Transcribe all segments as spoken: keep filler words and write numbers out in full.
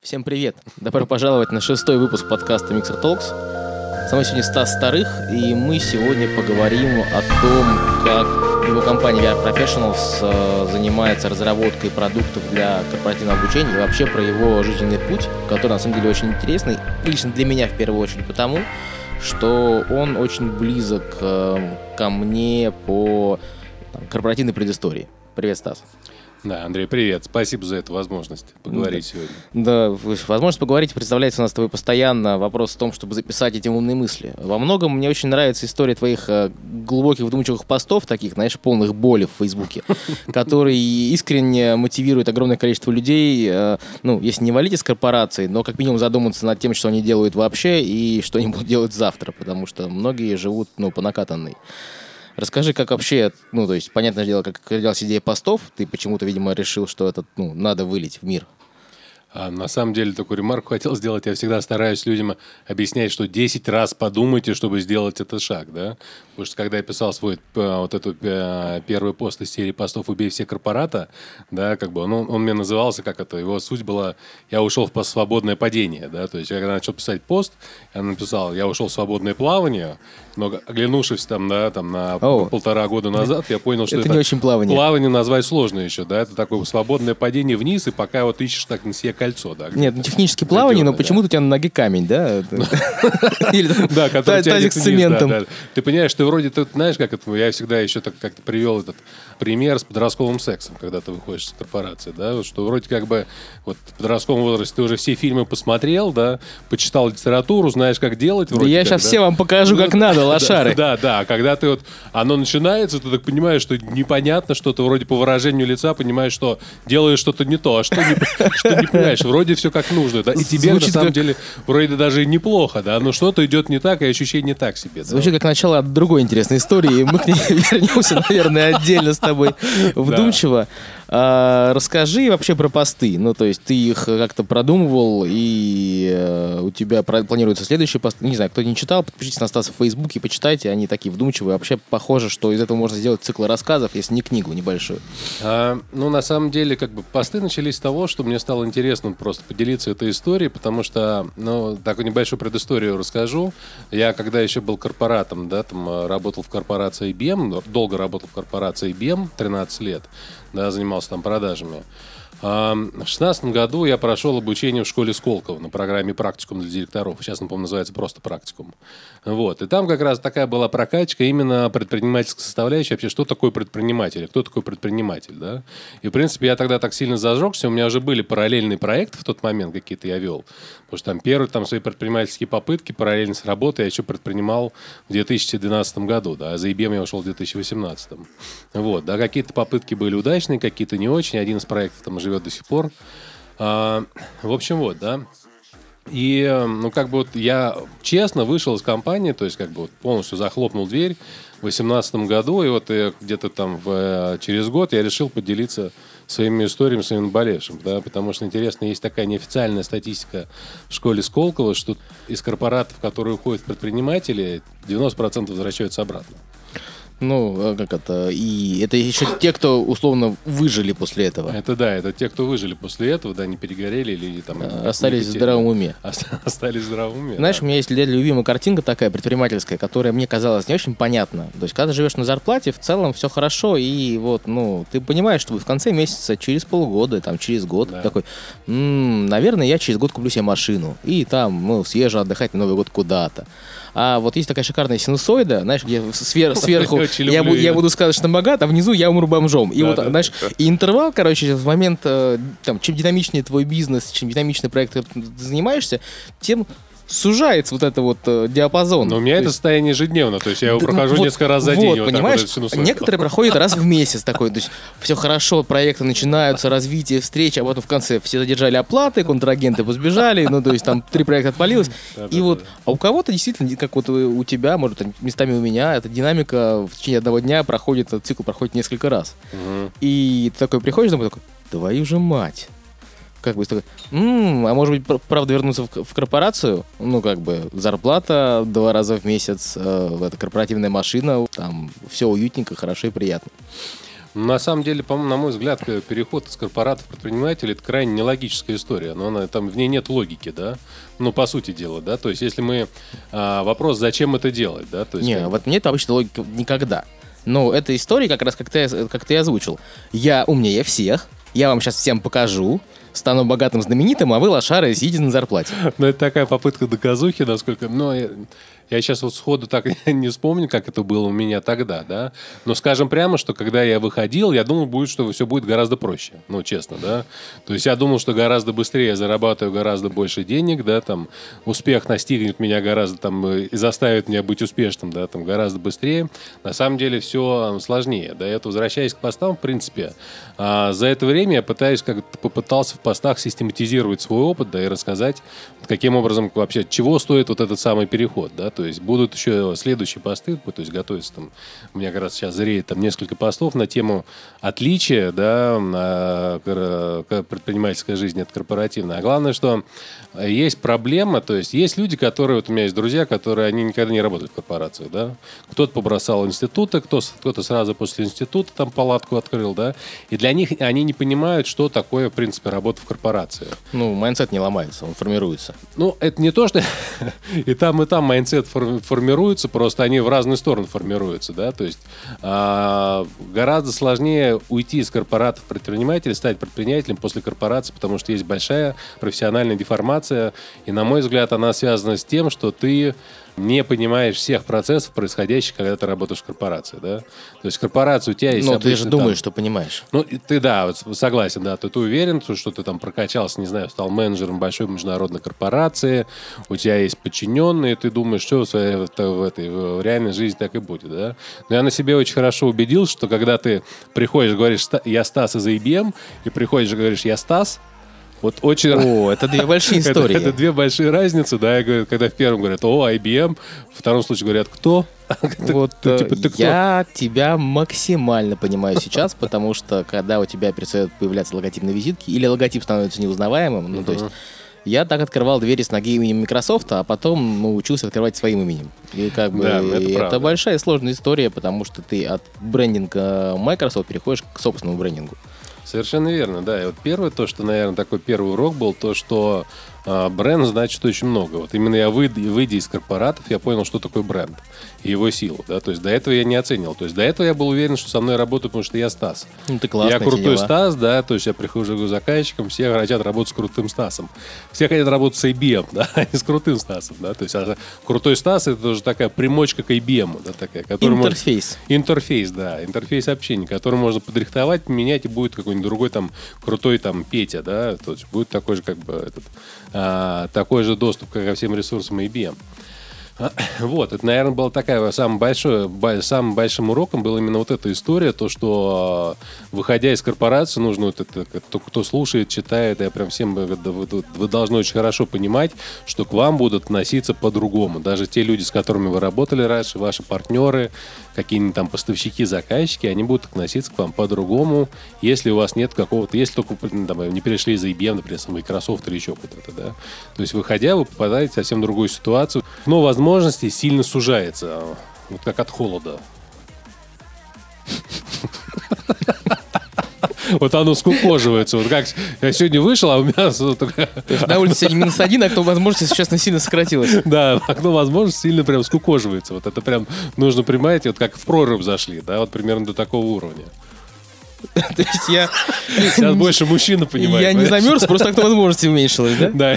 Всем привет! Добро пожаловать на шестой выпуск подкаста Mixer Talks. Со мной сегодня Стас Старых, и мы сегодня поговорим о том, как его компания ви ар Professionals э, занимается разработкой продуктов для корпоративного обучения и вообще про его жизненный путь, который на самом деле очень интересный, лично для меня в первую очередь потому, что он очень близок э, ко мне по там, корпоративной предыстории. Привет, Стас. Да, Андрей, привет. Спасибо за эту возможность поговорить да. сегодня. Да, возможность поговорить представляется у нас с тобой постоянно. Вопрос в том, чтобы записать эти умные мысли. Во многом мне очень нравится история твоих э, глубоких вдумчивых постов, таких, знаешь, полных боли в Фейсбуке, которые искренне мотивируют огромное количество людей, э, ну, если не валить из корпораций, но как минимум задуматься над тем, что они делают вообще и что они будут делать завтра, потому что многие живут, ну, по накатанной. Расскажи, как вообще, ну, то есть, понятное дело, как родилась идея постов, ты почему-то, видимо, решил, что это, ну, надо вылить в мир. А на самом деле, такую ремарку хотел сделать. Я всегда стараюсь людям объяснять, что десять раз подумайте, чтобы сделать этот шаг, да? Потому что когда я писал свой вот этот первый пост из серии постов «Убей все корпората», да, как бы он, он мне назывался, как это, его суть была «Я ушел в свободное падение», да? То есть я когда начал писать пост, я написал «Я ушел в свободное плавание», но оглянувшись там, да, там на oh. полтора года назад, я понял, что это, это не очень плавание. Плавание назвать сложно еще, да? Это такое свободное падение вниз, и пока вот ищешь так на себе кольцо, да? Нет, ну технически плавание, но почему-то у тебя на ноге камень, да? Да, который тазик с цементом. Ты понимаешь, ты вроде, ты знаешь, как это, я всегда еще так как-то привел этот пример с подростковым сексом, когда ты выходишь из корпорации, да, что вроде как бы вот в подростковом возрасте ты уже все фильмы посмотрел, да, почитал литературу, знаешь, как делать. Да я сейчас все вам покажу, как надо, лошары. Да, да, а когда ты вот, оно начинается, ты так понимаешь, что непонятно, что ты вроде по выражению лица понимаешь, что делаешь что-то не то, а что не, что не понимаешь, вроде все как нужно, да, и тебе на самом деле вроде даже и неплохо, да, но что-то идет не так, и ощущение так себе. Звучит как начало другой интересной истории, мы к ней вернемся, наверное, отдельно с тобой вдумчиво. А, расскажи вообще про посты. Ну, то есть ты их как-то продумывал, и э, у тебя планируется следующий пост. Не знаю, кто не читал, подпишитесь на Стаса в Фейсбуке, почитайте. Они такие вдумчивые. Вообще похоже, что из этого можно сделать цикл рассказов, если не книгу небольшую. А, ну, на самом деле, как бы посты начались с того, что мне стало интересно просто поделиться этой историей, потому что, ну, такую небольшую предысторию расскажу. Я, когда еще был корпоратом, да, там работал в корпорации ай би эм, долго работал в корпорации ай би эм, тринадцать лет, да, занимался там продажами. В две тысячи шестнадцатом году я прошел обучение в школе Сколково на программе «Практикум для директоров». Сейчас, напомню, называется просто «Практикум». Вот. И там как раз такая была прокачка именно предпринимательской составляющей. Вообще, что такое предприниматель? Кто такой предприниматель? Да? И, в принципе, я тогда так сильно зажегся. У меня уже были параллельные проекты в тот момент, какие-то я вел. Потому что там первые там, свои предпринимательские попытки параллельно с работой я еще предпринимал в две тысячи двенадцатом году. Да? За ай би эм я ушел в две тысячи восемнадцатом. Вот. Да? Какие-то попытки были удачные, какие-то не очень. Один из проектов там живет до сих пор. А, в общем, вот, да. И, ну, как бы вот я честно вышел из компании, то есть, как бы вот полностью захлопнул дверь в две тысячи восемнадцатом году, и вот где-то там в, через год я решил поделиться своими историями, своим наболевшим, да, потому что, интересно, есть такая неофициальная статистика в школе Сколково, что из корпоратов, которые уходят предприниматели, девяносто процентов возвращаются обратно. Ну, как это, и это еще те, кто условно выжили после этого. Это да, это те, кто выжили после этого, да, не перегорели или там... Остались в здравом уме. Остались в здравом уме. Знаешь, да. У меня есть любимая картинка такая предпринимательская, которая мне казалась не очень понятна. То есть, когда ты живешь на зарплате, в целом все хорошо, и вот, ну, ты понимаешь, что в конце месяца, через полгода, там, через год, да. такой, м-м, наверное, я через год куплю себе машину, и там, ну, съезжу отдыхать на Новый год куда-то. А вот есть такая шикарная синусоида, знаешь, где свер- сверху я, бу- я буду сказочно богат, а внизу я умру бомжом. И да, вот, да, знаешь, да. и интервал, короче, в момент, там, чем динамичнее твой бизнес, чем динамичный проект ты занимаешься, тем сужается вот это вот э, диапазон. Но у меня то это есть... состояние ежедневно, то есть я его да, прохожу вот, несколько раз за вот, день. Вот понимаешь, вот некоторые проходят раз в месяц такой, то есть все хорошо, проекты начинаются, развитие, встречи, а потом в конце все задержали оплаты, контрагенты позбежали, ну то есть там три проекта отпалилось, и вот, а у кого-то действительно, как вот у тебя, может, местами у меня, эта динамика в течение одного дня проходит, этот цикл проходит несколько раз. И ты такой приходишь домой, такой, твою же мать. Как бы, м-м, а может быть, правда, вернуться в, в корпорацию? Ну, как бы, зарплата два раза в месяц, э, это корпоративная машина, там все уютненько, хорошо и приятно. На самом деле, по-моему, на мой взгляд, переход из корпоратов в предпринимателей — это крайне нелогическая история. Но она, там в ней нет логики, да? Ну, по сути дела, да? То есть, если мы... А, вопрос, зачем это делать, да? То есть, не, как... вот мне это обычно логика никогда. Но эта история как раз, как ты, как ты озвучил. Я умнее всех, я вам сейчас всем покажу, стану богатым, знаменитым, а вы, лошары, сидите на зарплате. Ну, это такая попытка доказухи, насколько... Ну, я, я сейчас вот сходу так не вспомню, как это было у меня тогда, да? Но скажем прямо, что когда я выходил, я думал, будет, что все будет гораздо проще. Ну, честно, да? То есть я думал, что гораздо быстрее я зарабатываю гораздо больше денег, да, там, успех настигнет меня гораздо, там, и заставит меня быть успешным, да, там, гораздо быстрее. На самом деле все сложнее, да? Это, возвращаясь к постам, в принципе, а, за это время я пытаюсь, как-то попытался в постах систематизировать свой опыт, да, и рассказать, каким образом вообще, чего стоит вот этот самый переход, да? То есть будут еще следующие посты, то есть готовятся там, у меня как раз сейчас зреет там несколько постов на тему отличия, да, на предпринимательской жизни от корпоративной. А главное, что есть проблема, то есть есть люди, которые, вот у меня есть друзья, которые, они никогда не работают в корпорациях, да. Кто-то побросал институты, кто-то, кто-то сразу после института там палатку открыл, да. И для них они не понимают, что такое, в принципе, работа в корпорации. Ну, майндсет не ломается, он формируется. Ну, это не то, что и там, и там майндсет формируются, просто они в разные стороны формируются, да, то есть а, гораздо сложнее уйти из корпоратов в предпринимателя, стать предпринимателем после корпорации, потому что есть большая профессиональная деформация, и, на мой взгляд, она связана с тем, что ты не понимаешь всех процессов, происходящих, когда ты работаешь в корпорации, да? То есть корпорация у тебя есть... Ну, ты же думаешь, там... что понимаешь. Ну, ты, да, вот, согласен, да. Ты, ты уверен, что ты там прокачался, не знаю, стал менеджером большой международной корпорации, у тебя есть подчиненные, ты думаешь, что в, своей, в, в этой в реальной жизни так и будет, да? Но я на себе очень хорошо убедился, что когда ты приходишь, говоришь, я Стас из ай би эм, и приходишь и говоришь, я Стас, вот очень... О, это две большие истории. это, это две большие разницы, да, я говорю, когда в первом говорят, о, ай би эм, в втором случае говорят, кто? Вот я тебя максимально понимаю сейчас, потому что когда у тебя перестают появляться логотип на визитке, или логотип становится неузнаваемым, ну, то есть я так открывал двери с ноги именем Microsoft, а потом научился открывать своим именем. И как бы да, это, это большая и сложная история, потому что ты от брендинга Microsoft переходишь к собственному брендингу. Совершенно верно, да. И вот первое, то, что, наверное, такой первый урок был, то, что э, бренд значит очень много. Вот именно я, выйдя, выйдя из корпоратов, я понял, что такое бренд и его силу, да. То есть до этого я не оценил. То есть до этого я был уверен, что со мной работают, потому что я Стас. Ну, ты классный, я крутой Стас, да, то есть я прихожу к заказчикам, все хотят работать с крутым Стасом. Все хотят работать с ай би эм, да, а не с крутым Стасом, да. То есть а крутой Стас — это тоже такая примочка к ай би эм, да, такая. Интерфейс. Может... Интерфейс, да, интерфейс общения, который можно подрихтовать, поменять, и будет какой-нибудь другой там крутой там Петя, да, то есть будет такой же как бы этот, а, такой же доступ ко всем ресурсам ай би эм. Вот, это, наверное, была такая самым большой, самым большим уроком была именно вот эта история, то, что, выходя из корпорации, нужно вот это, кто, кто слушает, читает, я прям всем, вы, вы должны очень хорошо понимать, что к вам будут относиться по-другому. Даже те люди, с которыми вы работали раньше, ваши партнеры, какие-нибудь там поставщики, заказчики, они будут относиться к вам по-другому, если у вас нет какого-то, если только там, не перешли из ай би эм, например, с Microsoft или еще куда-то, да. То есть, выходя, вы попадаете в совсем другую ситуацию, но возможности сильно сужается, вот как от холода. Вот оно скукоживается. Вот как я сегодня вышел, а у меня... На улице сегодня минус один, окно возможности сейчас сильно сократилось. Да, окно возможности сильно прям скукоживается. Вот это прям нужно понимать, вот как в прорубь зашли, да, вот примерно до такого уровня. То есть я... Сейчас больше мужчина понимает. Я не замерз, просто окно возможности уменьшилось, да? Да.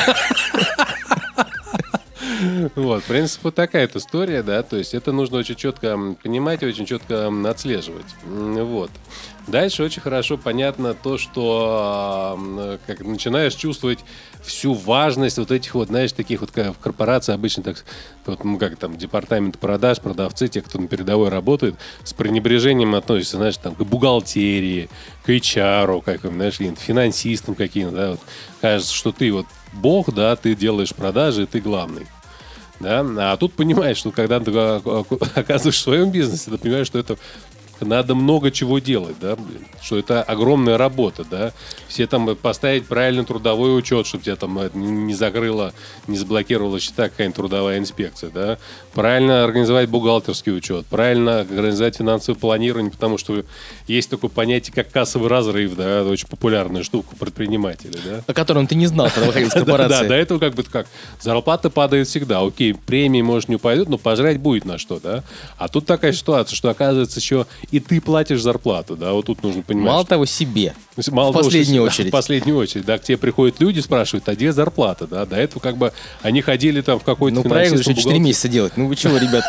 Вот, в принципе, вот такая вот история, да, то есть это нужно очень четко понимать и очень четко отслеживать, вот. Дальше очень хорошо понятно то, что как начинаешь чувствовать всю важность вот этих вот, знаешь, таких вот в корпорации обычно так, вот, ну, как там, департамент продаж, продавцы, те, кто на передовой работает, с пренебрежением относятся, знаешь, там, к бухгалтерии, к эйч ар, как, знаешь, финансистам каким-то, да, вот. Кажется, что ты вот бог, да, ты делаешь продажи, и ты главный. Да? А тут понимаешь, что когда ты оказываешь в своем бизнесе, ты понимаешь, что это надо много чего делать, да, блин, что это огромная работа, да, все там поставить правильный трудовой учет, чтобы тебя там не закрыла, не заблокировала счета какая-нибудь трудовая инспекция, да, правильно организовать бухгалтерский учет, правильно организовать финансовое планирование, потому что есть такое понятие, как кассовый разрыв, да, это очень популярная штука у предпринимателей, да. О котором ты не знал, когда выходил из корпорации. Да, до этого как бы как зарплата падает всегда, окей, премии, может, не упадут, но пожрать будет на что, да. А тут такая ситуация, что оказывается еще и ты платишь зарплату, да, вот тут нужно понимать. Мало того, себе. Мало в последнюю того, очередь. В последнюю очередь, да, к тебе приходят люди, спрашивают, а где зарплата, да, до этого как бы они ходили там в какой-то ну, проект еще четыре месяца делать, ну вы чего, ребят?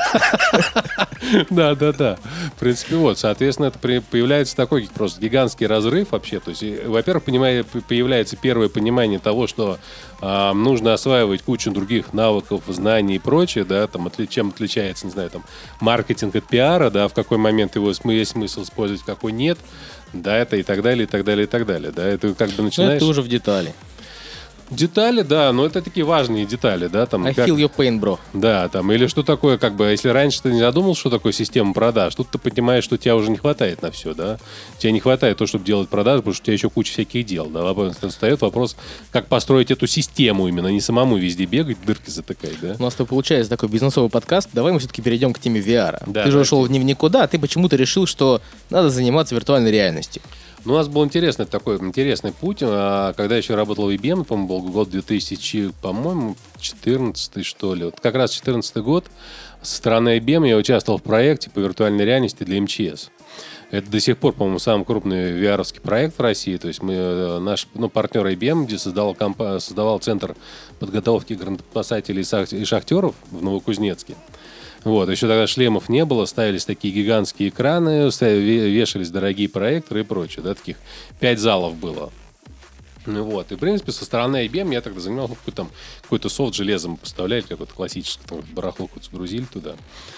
Да, да, да. В принципе, вот, соответственно, это появляется такой просто гигантский разрыв вообще, то есть, во-первых, появляется первое понимание того, что э, нужно осваивать кучу других навыков, знаний и прочее, да, там, отли- чем отличается, не знаю, там, маркетинг от пиара, да, в какой момент его см- есть смысл использовать, в какой нет, да, это и так далее, и так далее, и так далее, да, это как бы начинаешь... Ну, это уже в детали. Детали, да, но это такие важные детали, да, там. I как... feel your pain, bro. Да, там, или что такое, как бы, если раньше ты не задумал, что такое система продаж, тут ты понимаешь, что тебя уже не хватает на все, да, тебе не хватает то, чтобы делать продажи, потому что у тебя еще куча всяких дел, да, встает вопрос, как построить эту систему именно, не самому везде бегать, дырки затыкать, да. У нас-то получается такой бизнесовый подкаст, давай мы все-таки перейдем к теме ви ар. Да, ты же да, ушел в никуда, а ты почему-то решил, что надо заниматься виртуальной реальностью. Ну, у нас был интересный такой интересный путь. Когда я еще работал в ай би эм, по-моему, был год две тысячи, по-моему, четырнадцатый, что ли. Вот как раз четырнадцатый год со стороны ай би эм я участвовал в проекте по виртуальной реальности для эм че эс. Это до сих пор, по-моему, самый крупный ви ар-овский проект в России. То есть мы, наш ну, партнер ай би эм, где создавал, компа- создавал центр подготовки гранатоспасателей и шахтеров в Новокузнецке. Вот, еще тогда шлемов не было, ставились такие гигантские экраны, ставили, вешались дорогие проекторы и прочее, да, таких пять залов было. Ну, вот, и, в принципе, со стороны ай би эм я тогда занимался, ну, какой-то, какой-то софт железом поставляли, какой-то классический, там, барахло какое-то загрузили туда.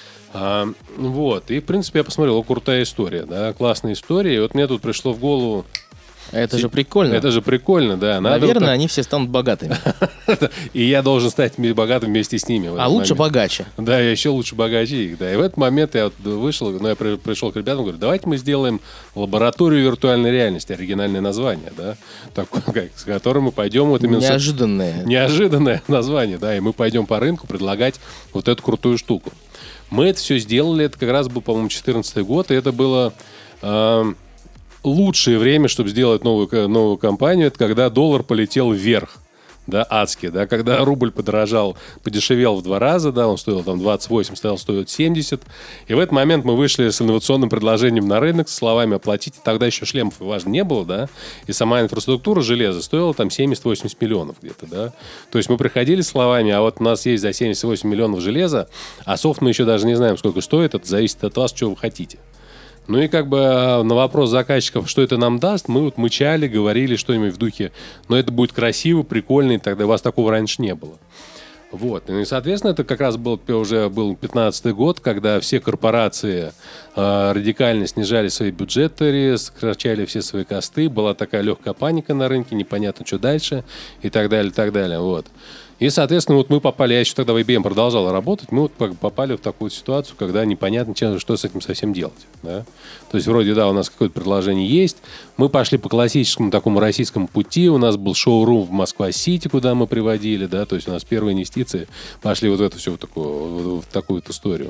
А, вот, и, в принципе, я посмотрел, о, крутая история, да, классная история, и вот мне тут пришло в голову... Это же прикольно. Это же прикольно, да. Надо Наверное, вот так... они все станут богатыми. И я должен стать богатым вместе с ними. А лучше богаче. Да, я еще лучше богаче их. Да. И в этот момент я вот вышел, ну, я пришел к ребятам, говорю, давайте мы сделаем лабораторию виртуальной реальности, оригинальное название, да, такое, как, с которым мы пойдем вот именно... Неожиданное. Неожиданное название, да, и мы пойдем по рынку предлагать вот эту крутую штуку. Мы это все сделали, это как раз был, по-моему, четырнадцатый год, и это было... Э- лучшее время, чтобы сделать новую, новую компанию, это когда доллар полетел вверх, да, адски, да, когда рубль подорожал, подешевел в два раза, да, он стоил там двадцать восемь, стал стоить семьдесят, и в этот момент мы вышли с инновационным предложением на рынок, с словами оплатите, тогда еще шлемов важно не было, да, и сама инфраструктура железа стоила там семьдесят-восемьдесят миллионов где-то, да, то есть мы приходили с словами, а вот у нас есть за семьдесят восемь миллионов железа, а софт мы еще даже не знаем, сколько стоит, это зависит от вас, что вы хотите. Ну и как бы на вопрос заказчиков, что это нам даст, мы вот мычали, говорили что-нибудь в духе, но это будет красиво, прикольно, и тогда у вас такого раньше не было. Вот. И, соответственно, это как раз был, уже был пятнадцатый год, когда все корпорации э, радикально снижали свои бюджеты, сокращали все свои косты, была такая легкая паника на рынке, непонятно, что дальше, и так далее, и так далее. Вот. И, соответственно, вот мы попали, я еще тогда в ай би эм продолжал работать, мы вот попали в такую ситуацию, когда непонятно, что с этим совсем делать. Да? То есть, вроде, да, у нас какое-то предложение есть, мы пошли по классическому такому российскому пути, у нас был шоурум в Москва-Сити, куда мы приводили, да, то есть у нас первые инвестиции пошли вот в эту всю вот такую, в такую вот историю.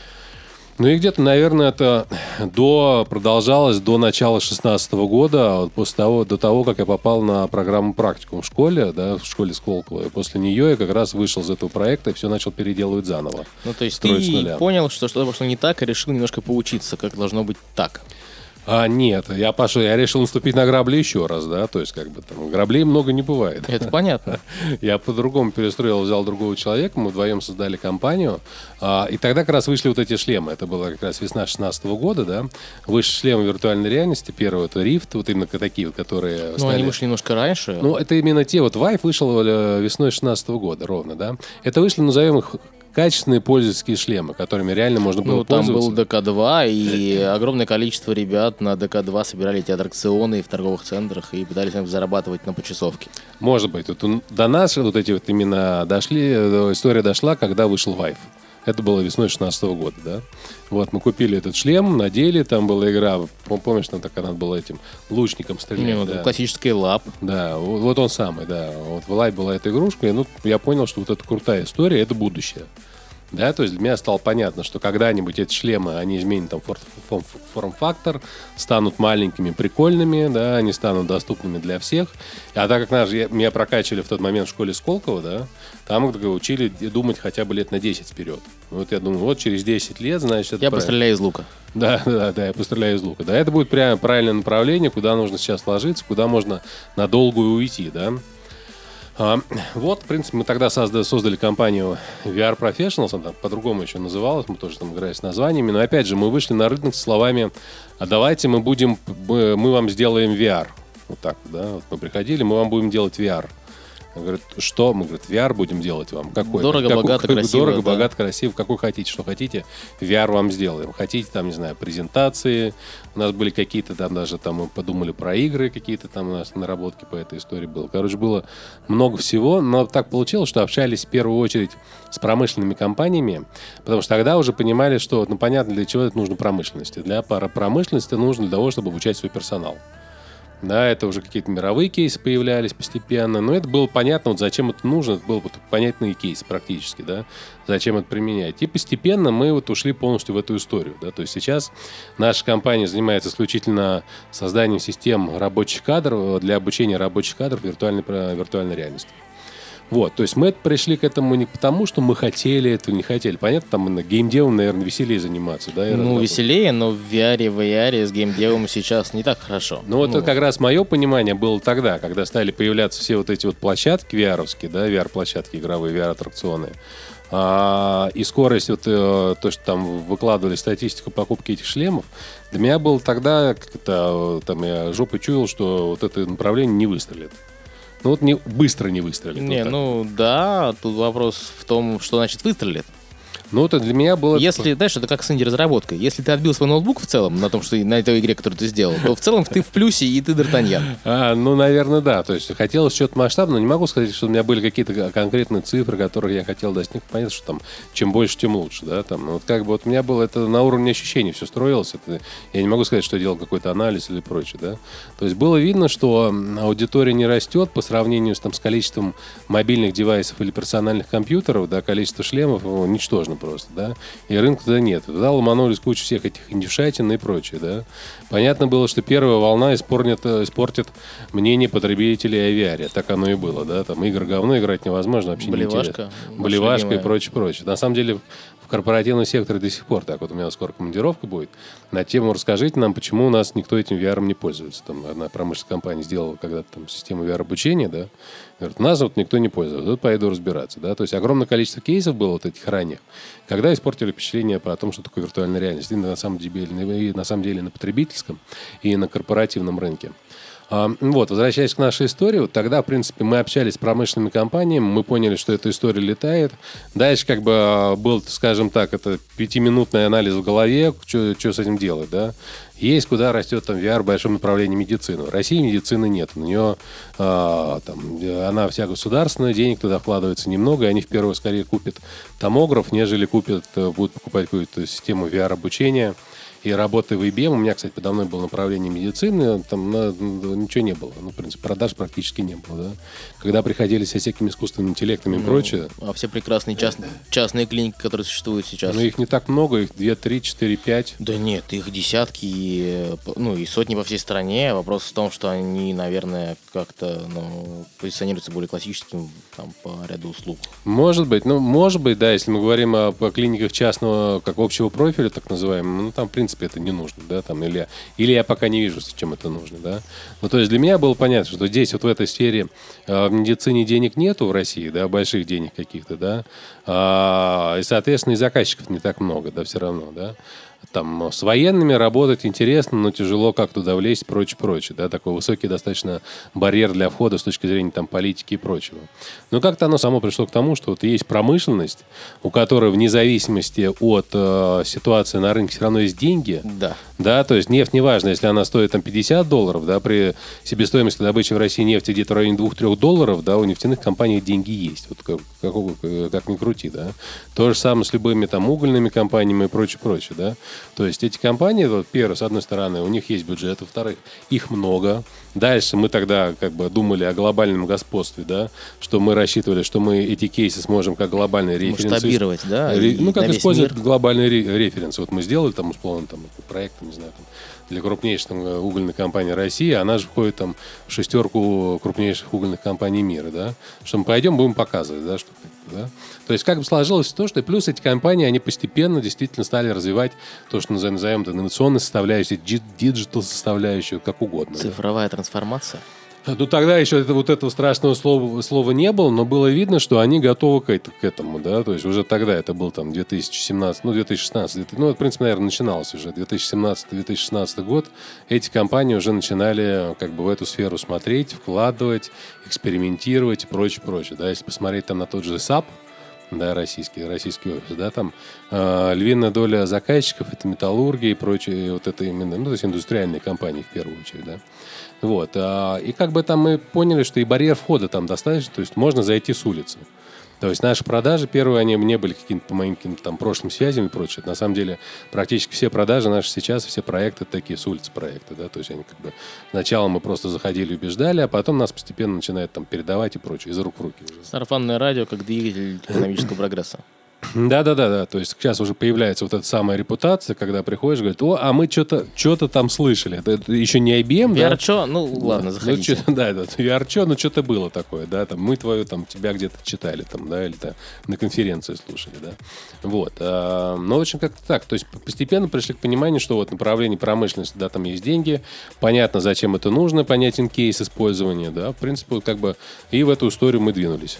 Ну и где-то, наверное, это до, продолжалось до начала шестнадцатого года, вот после того, до того, как я попал на программу практикум в школе, да, в школе Сколково. И после нее я как раз вышел из этого проекта и все начал переделывать заново. Ну, то есть ты понял, что что-то пошло не так, и решил немножко поучиться, как должно быть так. А, нет, я пошел, я решил наступить на грабли еще раз, да, то есть как бы там граблей много не бывает. Это понятно. Я по-другому перестроил, взял другого человека, мы вдвоем создали компанию, а, и тогда как раз вышли вот эти шлемы, это была как раз весна шестнадцатого года, да, вышли шлемы виртуальной реальности, первый это Rift, вот именно такие, которые... Ну, стали... они вышли немножко раньше. Ну, это именно те, вот Vive вышел весной шестнадцатого года ровно, да, это вышли, назовем их... качественные пользовательские шлемы, которыми реально можно было ну, там пользоваться. был ди кей два, и огромное количество ребят на ди кей два собирали эти аттракционы в торговых центрах и пытались зарабатывать на почасовке. Может быть. Вот до нас вот эти вот именно дошли, история дошла, когда вышел Vive. Это было весной шестнадцатого года, да. Вот, мы купили этот шлем, надели, там была игра, помнишь, там такая надо было этим лучником стрелять. Не, ну, да. Классический лап. Да, вот, вот он самый, да. Вот в лайбе была эта игрушка, и ну, я понял, что вот эта крутая история, это будущее. Да, то есть для меня стало понятно, что когда-нибудь эти шлемы, они изменят там форм-фактор, станут маленькими, прикольными, да, они станут доступными для всех. А так как нас, меня прокачивали в тот момент в школе Сколково, да, там учили думать хотя бы лет на десять вперед. Вот я думаю, вот через десять лет, значит... Это я правильно. Постреляю из лука. Да, да, да, я постреляю из лука. Да, это будет прям правильное направление, куда нужно сейчас ложиться, куда можно надолго уйти, да. А, вот, в принципе, мы тогда создали, создали компанию ви ар Professionals, она по-другому еще называлась, мы тоже там играли с названиями, но опять же мы вышли на рынок со словами: а давайте мы будем, мы, мы вам сделаем ви ар. Вот так, да, вот мы приходили, мы вам будем делать ви ар. Говорит, что? Мы, говорит, ви ар будем делать вам. Какой? Дорого, какой, богато, какой, красиво. Дорого, да. богато, красиво. Какой хотите, что хотите, ви ар вам сделаем. Хотите, там, не знаю, презентации. У нас были какие-то там даже, там мы подумали про игры, какие-то там у нас наработки по этой истории было. Короче, было много всего, но так получилось, что общались в первую очередь с промышленными компаниями, потому что тогда уже понимали, что, ну, понятно, для чего это нужно промышленности. Для промышленности нужно для того, чтобы обучать свой персонал. Да, это уже какие-то мировые кейсы появлялись постепенно, но это было понятно, вот зачем это нужно, это был вот понятный кейс практически, да, зачем это применять. И постепенно мы вот ушли полностью в эту историю, да, то есть сейчас наша компания занимается исключительно созданием систем рабочих кадров для обучения рабочих кадров виртуальной, виртуальной реальности. Вот, то есть мы пришли к этому не потому, что мы хотели этого, не хотели. Понятно, там геймдевом, наверное, веселее заниматься, да? Ну, веселее, но в ви ар, в эй ар с геймдевом сейчас не так хорошо. Ну, вот ну. это как раз мое понимание было тогда, когда стали появляться все вот эти вот площадки ви ар-овские, да, ви ар-площадки игровые, ви ар-аттракционы. А, и скорость, вот, то, что там выкладывали статистику покупки этих шлемов, для меня было тогда, как это, там я жопой чуял, что вот это направление не выстрелит. Ну вот не, быстро не выстрелит. Не, вот ну да, тут вопрос в том, что значит выстрелит. Ну, это для меня было... Если, знаешь, это как с инди-разработкой. Если ты отбил свой ноутбук в целом на том, что на этой игре, которую ты сделал, то в целом ты в плюсе, и ты Д'Артаньян. А, ну, наверное, да. То есть хотелось что-то масштабное, но не могу сказать, что у меня были какие-то конкретные цифры, которых я хотел достигнуть. Понятно, что там чем больше, тем лучше, да. Там, вот как бы вот у меня было это на уровне ощущений все строилось. Это, я не могу сказать, что я делал какой-то анализ или прочее, да. То есть было видно, что аудитория не растет по сравнению с, там, с количеством мобильных девайсов или персональных компьютеров, да, количество шлемов ну, ничтожно просто, да. И рынка туда нет. Туда ломанулись куча всех этих индюшатин и прочее, да. Понятно было, что первая волна испортит, испортит мнение потребителей о ви ар. Так оно и было, да. Там игр говно играть невозможно, вообще Болевашка, неинтересно. Болевашка и прочее, прочее. На самом деле в корпоративном секторе до сих пор так. Вот у меня скоро командировка будет. На тему расскажите нам, почему у нас никто этим ви ар не пользуется. Там одна промышленная компания сделала когда-то там систему ви ар-обучения, да. Говорит, нас вот никто не пользуется. Тут поеду разбираться, да. То есть огромное количество кейсов было вот этих ранних, когда испортили впечатление о том, что такое виртуальная реальность. И на самом деле, и на самом деле на потребительском, и на корпоративном рынке. Вот, возвращаясь к нашей истории, вот тогда, в принципе, мы общались с промышленными компаниями, мы поняли, что эта история летает. Дальше, как бы, был, скажем так, это пятиминутный анализ в голове, что с этим делать, да. Есть, куда растет там ви ар в большом направлении медицины. В России медицины нет. На нее, а, там, она вся государственная, денег туда вкладывается немного, и они в первую скорее купят томограф, нежели купят, будут покупать какую-то систему ви ар-обучения. И работая в ай би эм, у меня, кстати, подо мной было направление медицины, там на, ничего не было. Ну, в принципе, продаж практически не было, да. Когда приходили со всякими искусственными интеллектами ну, и прочее. А все прекрасные част, частные клиники, которые существуют сейчас. Ну, их не так много, их две, три, четыре, пять. Да нет, их десятки, ну, и сотни по всей стране. Вопрос в том, что они, наверное, как-то, ну, позиционируются более классическим, там, по ряду услуг. Может быть, ну, может быть, да, если мы говорим о, о клиниках частного, как общего профиля, так называемого, ну, там, в принципе, это не нужно, да, там, или, или я пока не вижу, чем это нужно, да. Ну, то есть для меня было понятно, что здесь вот в этой сфере э, в медицине денег нету в России, да, больших денег каких-то, да, а, и, соответственно, и заказчиков не так много, да, все равно, да. там с военными работать интересно, но тяжело как туда влезть, прочее, прочее, да, такой высокий достаточно барьер для входа с точки зрения там политики и прочего. Но как-то оно само пришло к тому, что вот есть промышленность, у которой вне зависимости от э, ситуации на рынке все равно есть деньги, Да. да, то есть нефть, неважно, если она стоит там пятьдесят долларов, да, при себестоимости добычи в России нефти где-то в районе двух-трёх долларов, да, у нефтяных компаний деньги есть, вот как, как, как ни крути, да. То же самое с любыми там угольными компаниями и прочее, прочее, да. То есть эти компании, вот, первое, с одной стороны, у них есть бюджет, во-вторых, их много. Дальше мы тогда как бы думали о глобальном господстве, да, что мы рассчитывали, что мы эти кейсы сможем как глобальные референсы... Масштабировать, да, ре, Ну, как использовать мир. глобальные референсы. Вот мы сделали там, условно, там, проект, не знаю, там, для крупнейшей там, угольной компании России, она же входит там в шестерку крупнейших угольных компаний мира, да, что мы пойдем, будем показывать, да, что... Да? То есть как бы сложилось то, что и плюс эти компании, они постепенно действительно стали развивать то, что назовем, назовем инновационную составляющую, диджитал составляющую, как угодно. Цифровая да? трансформация. Ну, тогда еще это, вот этого страшного слова, слова не было, но было видно, что они готовы к, это, к этому, да, то есть уже тогда это был там две тысячи семнадцатый, ну, две тысячи шестнадцатый, ну, это, в принципе, наверное, начиналось уже, две тысячи семнадцатый - две тысячи шестнадцатый год, эти компании уже начинали как бы в эту сферу смотреть, вкладывать, экспериментировать и прочее, прочее, да, если посмотреть там на тот же САП, да, российский, российский офис, да, там э, львиная доля заказчиков — это металлурги и прочие, вот это именно, ну, то есть индустриальные компании в первую очередь, да. Вот, а, и как бы там мы поняли, что и барьер входа там достаточно, то есть можно зайти с улицы. То есть наши продажи, первые, они не были какими-то по моим каким-то там прошлым связям и прочее. На самом деле, практически все продажи наши сейчас, все проекты такие с улицы проекты, да, то есть они как бы сначала мы просто заходили, убеждали, а потом нас постепенно начинают там передавать и прочее, из рук в руки уже. Сарафанное радио как двигатель экономического прогресса. Да-да-да, то есть сейчас уже появляется вот эта самая репутация, когда приходишь, говорит, о, а мы что-то что-то там слышали. Это, это еще не ай би эм, да? Виарчо, ну ладно, заходите. Ну, да, да, Виарчо, ну что-то было такое, да, там мы твою, там, тебя где-то читали, там, да, или там на конференции слушали, да. Вот. А, но очень как-то так, то есть постепенно пришли к пониманию, что вот направление промышленности, да, там есть деньги, понятно, зачем это нужно, понятен кейс использования, да, в принципе, как бы и в эту историю мы двинулись.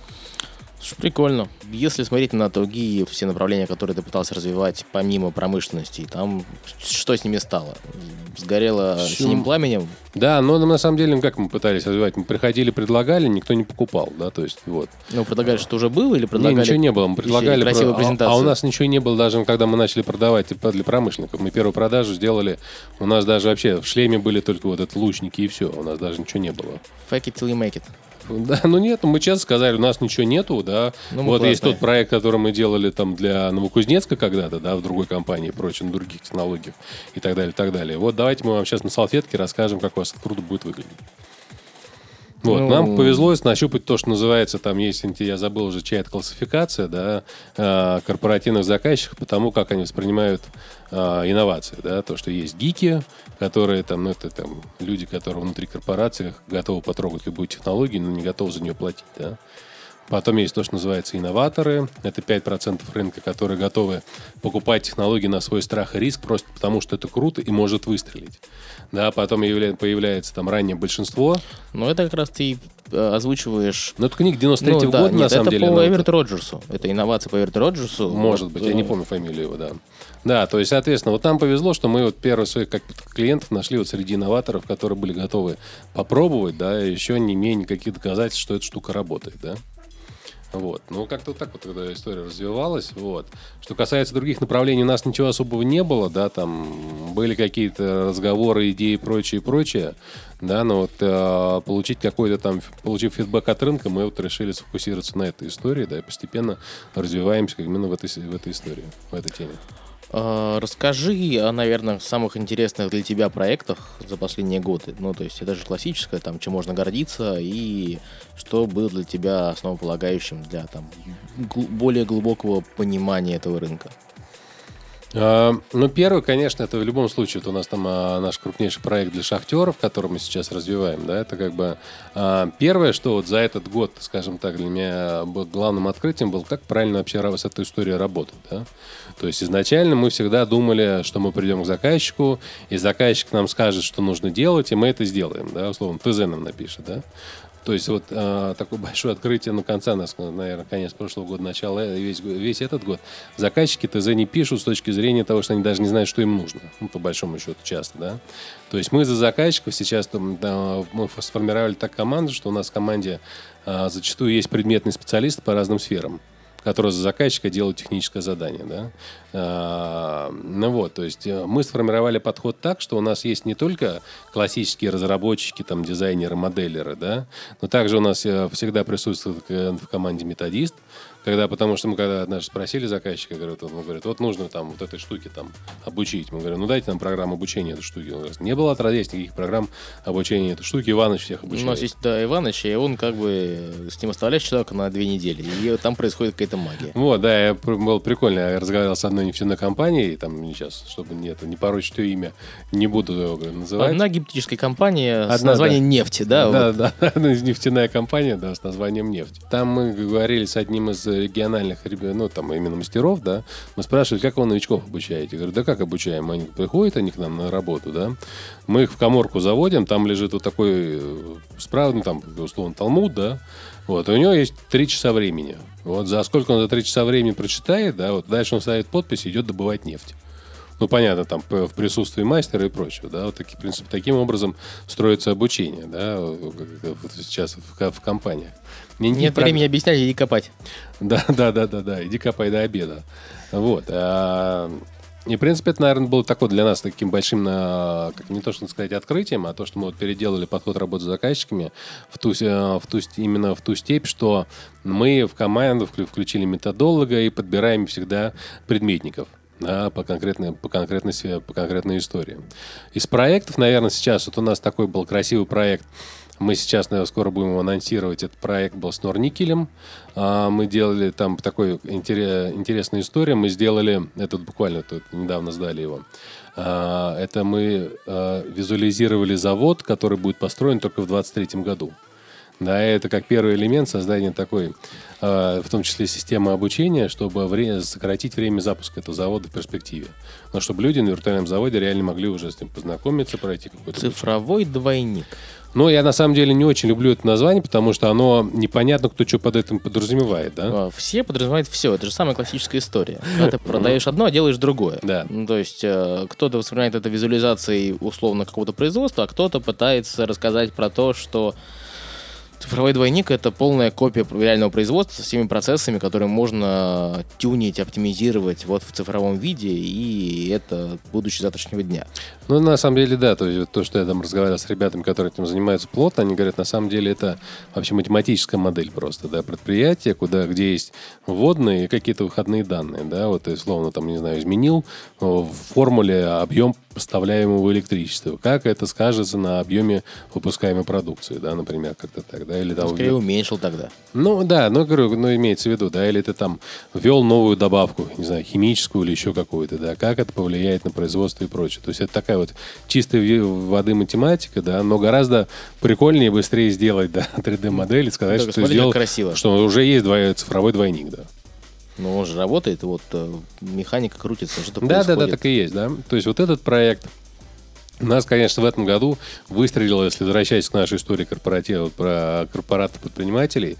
Слушай, прикольно. Если смотреть на другие все направления, которые ты пытался развивать помимо промышленности, там что с ними стало? Сгорело Чё? синим пламенем? Да, но на самом деле, как мы пытались развивать? Мы приходили, предлагали, никто не покупал, да, то есть вот. Ну, предлагали, что уже было, или предлагали? Не, ничего не было, мы предлагали, красивую про... презентацию? А, а у нас ничего не было, даже когда мы начали продавать типа, для промышленников. Мы первую продажу сделали, у нас даже вообще в шлеме были только вот это лучники и все, у нас даже ничего не было. Fake it till you make it. Да, ну нет, мы честно сказали, у нас ничего нету, да. Ну, вот классные. есть тот проект, который мы делали там для Новокузнецка когда-то, да, в другой компании и прочее, на других технологиях и так далее, и так далее. Вот давайте мы вам сейчас на салфетке расскажем, как у вас это круто будет выглядеть. Вот, Ну... нам повезло нащупать то, что называется, там есть, я забыл уже, чья-то классификация, да, э, корпоративных заказчиков по тому, как они воспринимают э, инновации, да, то, что есть гики, которые там, ну, это там люди, которые внутри корпорации готовы потрогать любую технологию, но не готовы за нее платить, да. Потом есть то, что называется инноваторы. Это пять процентов рынка, которые готовы покупать технологии на свой страх и риск просто потому, что это круто и может выстрелить. Да, потом явля- появляется там раннее большинство. Ну, это как раз ты озвучиваешь... Ну, это книга девяносто третьего ну, да, года, нет, на самом это деле. по но Эверету это... Роджерсу. Это инновации по Эверету Роджерсу. Может вот, быть, я не помню фамилию его, да. Да, то есть, соответственно, вот нам повезло, что мы вот первых своих как клиентов нашли вот среди инноваторов, которые были готовы попробовать, да, и еще не имея никаких доказательств, что эта штука работает, да. Вот. Ну, как-то вот так вот тогда история развивалась. Вот. Что касается других направлений, у нас ничего особого не было, да, там были какие-то разговоры, идеи и прочее, прочее, да, но вот э, получить какой-то там, получив фидбэк от рынка, мы вот решили сфокусироваться на этой истории, да, и постепенно развиваемся именно в этой, в этой истории, в этой теме. Расскажи о, наверное, самых интересных для тебя проектах за последние годы. Ну, то есть это же классическое, там, чем можно гордиться, и что было для тебя основополагающим для там, гл- более глубокого понимания этого рынка. А, ну, первый, конечно, это в любом случае, это у нас там а, наш крупнейший проект для шахтеров, который мы сейчас развиваем, да, это как бы а, первое, что вот за этот год, скажем так, для меня было главным открытием было, как правильно вообще с этой историей работать, да. То есть изначально мы всегда думали, что мы придем к заказчику, и заказчик нам скажет, что нужно делать, и мы это сделаем, да, условно, ТЗ нам напишет, да. То есть вот э, такое большое открытие на конце, нас, наверное, конец прошлого года, начало, весь, весь этот год. Заказчики ТЗ не пишут с точки зрения того, что они даже не знают, что им нужно. Ну, по большому счету, часто, да. То есть мы за заказчиков сейчас там, да, мы сформировали так команду, что у нас в команде э, зачастую есть предметные специалисты по разным сферам, которые за заказчика делают техническое задание, да. А, ну вот, то есть мы сформировали подход так, что у нас есть не только классические разработчики, там, дизайнеры, моделеры, да, но также у нас всегда присутствует в команде методист, когда, потому что мы когда однажды спросили заказчика, говорят, он говорит, вот нужно там вот этой штуке там обучить. Мы говорим, ну дайте нам программу обучения этой штуки. Он говорит, не было отродясь никаких программ обучения этой штуки, Иваныч всех обучает. У нас есть, да, Иваныч, и он как бы с ним оставляешь человека на две недели, и там происходит какая-то магия. Вот, да, я, было прикольно, я разговаривал с одной нефтяной компанией, там сейчас, чтобы не, это, не порочить ее имя, не буду его называть. Одна гипотетическая компания Одна, с названием да. «Нефти», да? Да, вот. да, одна нефтяная компания, да, с названием «Нефть». Там мы говорили с одним из региональных, ну, там, именно мастеров, да, мы спрашивали, как вы новичков обучаете? Я говорю, да как обучаем? Они приходят, они к нам на работу, да, мы их в каморку заводим, там лежит вот такой справа, ну, там, условно, талмуд, да, вот, и у него есть три часа времени. Вот за сколько он за три часа времени прочитает, да, вот дальше он ставит подпись и идет добывать нефть. Ну, понятно, там в присутствии мастера и прочего, да, вот такие, в принципе, таким образом строится обучение, да, вот сейчас в, в компаниях. Мне нет прав... времени объяснять, иди копать. Да, да, да, да, да, иди копай до обеда. Вот. А, и, в принципе, это, наверное, было такое для нас таким большим, как не то, что сказать, открытием, а то, что мы вот переделали подход работы с заказчиками в ту, в ту, именно в ту степь, что мы в команду включили методолога и подбираем всегда предметников. Да, по конкретной, по, конкретной, по конкретной истории. Из проектов, наверное, сейчас вот у нас такой был красивый проект. Мы сейчас, наверное, скоро будем его анонсировать. Этот проект был с Норникелем. Мы делали там такой интересная история. Мы сделали, это буквально тут недавно сдали его. Это мы визуализировали завод, который будет построен только в двадцать третьем году. Да, это как первый элемент создания такой, э, в том числе системы обучения, чтобы время, сократить время запуска этого завода в перспективе. Но чтобы люди на виртуальном заводе реально могли уже с ним познакомиться, пройти какой-то... Цифровой обучение. Двойник. Ну, я на самом деле не очень люблю это название, потому что оно непонятно, кто что под этим подразумевает, да? Все подразумевают все. Это же самая классическая история. Когда ты продаешь одно, а делаешь другое. Да. Ну, то есть э, кто-то воспринимает это визуализацией условно какого-то производства, а кто-то пытается рассказать про то, что цифровой двойник — это полная копия реального производства со всеми процессами, которые можно тюнить, оптимизировать вот в цифровом виде, и это будущее завтрашнего дня. Ну, на самом деле, да. То есть то, что я там разговаривал с ребятами, которые этим занимаются плотно, они говорят, на самом деле это вообще математическая модель просто, да, предприятия, куда, где есть вводные и какие-то выходные данные, да, вот, и, словно, там, не знаю, изменил в формуле объем поставляемого электричества. Как это скажется на объеме выпускаемой продукции, да, например, как-то так, да, или там... Скорее уменьшил тогда. Ну, да, ну, говорю, ну, имеется в виду, да, или ты там ввел новую добавку, не знаю, химическую или еще какую-то, да, как это повлияет на производство и прочее. То есть это такая вот чистой воды математика, да, но гораздо прикольнее и быстрее сделать, да, три дэ-модель и сказать, так, что ты сделал, красиво. Что уже есть двой, цифровой двойник, да. Ну, он же работает, вот механика крутится, что-то да, происходит. Да, да, так и есть, да. То есть вот этот проект у нас, конечно, в этом году выстрелило, если возвращаясь к нашей истории корпоратива, про корпораты предпринимателей,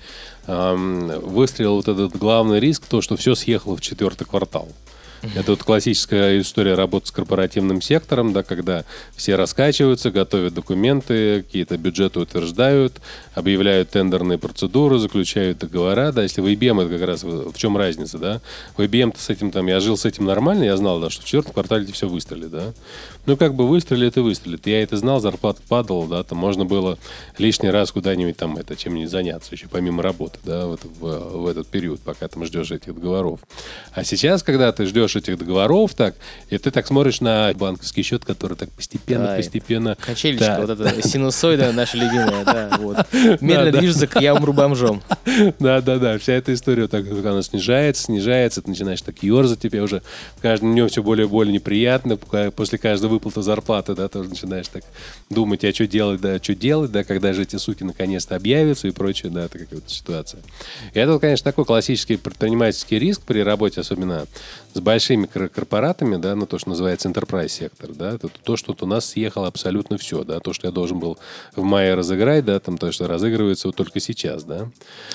эм, выстрелил вот этот главный риск, то, что все съехало в четвертый квартал. Это вот классическая история работы с корпоративным сектором, да, когда все раскачиваются, готовят документы, какие-то бюджеты утверждают, объявляют тендерные процедуры, заключают договора. Да, если в ай би эм, это как раз в чем разница, да? В ай би эм-то с этим там, я жил с этим нормально, я знал, да, что в четвертом квартале все выстрелит, да. Ну, как бы выстрелит и выстрелит. Я это знал, зарплата падала, да, там можно было лишний раз куда-нибудь там это чем-нибудь заняться, еще помимо работы, да, в, в, в этот период, пока там ждешь этих договоров. А сейчас, когда ты ждешь этих договоров, так, и ты так смотришь на банковский счет, который так постепенно, да, постепенно... Качелечка, да. Вот эта синусоида наша любимая, да, вот. Медленно да, движется, да. Я умру бомжом. Да-да-да, вся эта история, так, она снижается, снижается, ты начинаешь так ерзать, тебе уже каждым днем все более и более неприятно, после каждой выплаты зарплаты, да, ты уже начинаешь так думать, а что делать, да, что делать, да, когда же эти суки наконец-то объявятся и прочее, да, такая вот ситуация. И это, конечно, такой классический предпринимательский риск при работе, особенно с большими большими корпоратами, да, ну, то, что называется enterprise сектор, да, это то, что у нас съехало абсолютно все, да, то, что я должен был в мае разыграть, да, там то, что разыгрывается вот только сейчас, да.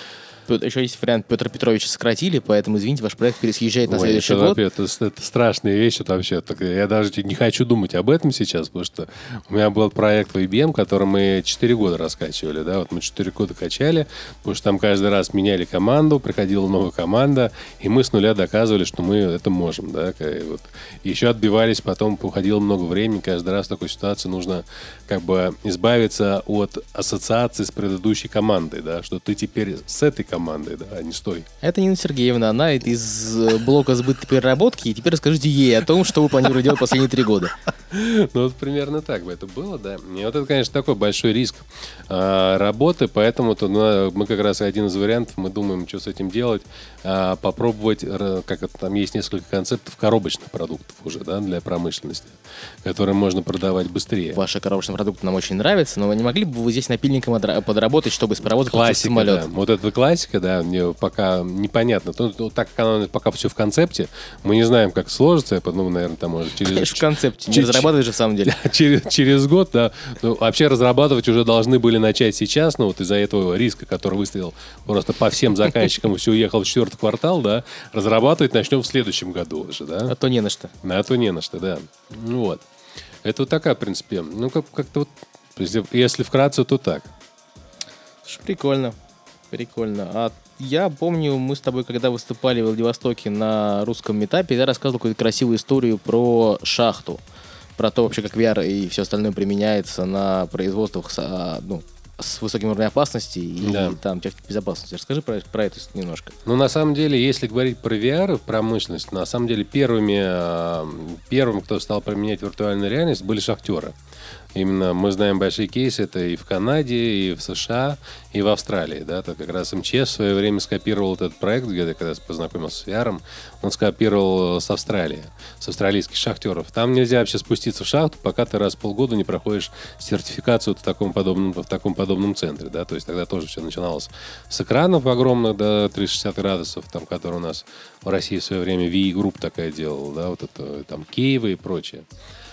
Еще есть вариант, Петра Петровича сократили, поэтому, извините, ваш проект пересъезжает на Ой, следующий это, год. Это, это, это страшная вещь, это вообще. Так, я даже не хочу думать об этом сейчас, потому что у меня был проект в ай би эм, который мы четыре года раскачивали. Да? Вот мы четыре года качали, потому что там каждый раз меняли команду, приходила новая команда, и мы с нуля доказывали, что мы это можем. Да? И вот. И еще отбивались, потом уходило много времени. Каждый раз в такой ситуации нужно как бы избавиться от ассоциации с предыдущей командой, да? Что ты теперь с этой командой, да, а не с той. Это Нина Сергеевна, она из блока сбыта переработки, и теперь расскажите ей о том, что вы планируете делать последние три года. Ну, вот примерно так бы это было, да. И вот это, конечно, такой большой риск а, работы, поэтому то, ну, мы как раз один из вариантов, мы думаем, что с этим делать, а, попробовать, как это, там есть несколько концептов коробочных продуктов уже, да, для промышленности, которые можно продавать быстрее. Ваши коробочные продукты нам очень нравятся, но вы не могли бы вы здесь напильником подработать, чтобы с паровоза получился самолет? Да. Вот это классика, да, мне пока непонятно. Ну, так как оно пока все в концепте, мы не знаем, как сложится, ну, наверное, там может через... Конечно, в концепте, не разрабатываешь же в самом деле. через, через год, да. Ну, вообще разрабатывать уже должны были начать сейчас, но вот из-за этого риска, который выставил просто по всем заказчикам, все уехал в четвертый квартал, да, разрабатывать начнем в следующем году уже, да. А то не на что. А то не на что, да. Ну вот. Это вот такая, в принципе, ну, как- как-то вот, если, если вкратце, то так. Слушай, прикольно. Прикольно. А я помню, мы с тобой, когда выступали в Владивостоке на русском метапе, я рассказывал какую-то красивую историю про шахту. Про то вообще, как ви ар и все остальное применяется на производствах с, а, ну, с высоким уровнем опасности и Да. там техники безопасности. Расскажи про, про это немножко. Ну, на самом деле, если говорить про ви ар в промышленности, на самом деле первыми, э, первым, кто стал применять виртуальную реальность, были шахтеры. Именно мы знаем большие кейсы, это и в Канаде, и в США, и в Австралии. Да? Так как раз эм че эс в свое время скопировал этот проект, где я когда познакомился с ви ар, он скопировал с Австралии, с австралийских шахтеров. Там нельзя вообще спуститься в шахту, пока ты раз в полгода не проходишь сертификацию в таком подобном, в таком подобном центре. Да? То есть тогда тоже все начиналось с экранов огромных до триста шестьдесят градусов, там, которые у нас в России в свое время ви и Group такая делала, да? Вот это, там, Кейвы и прочее.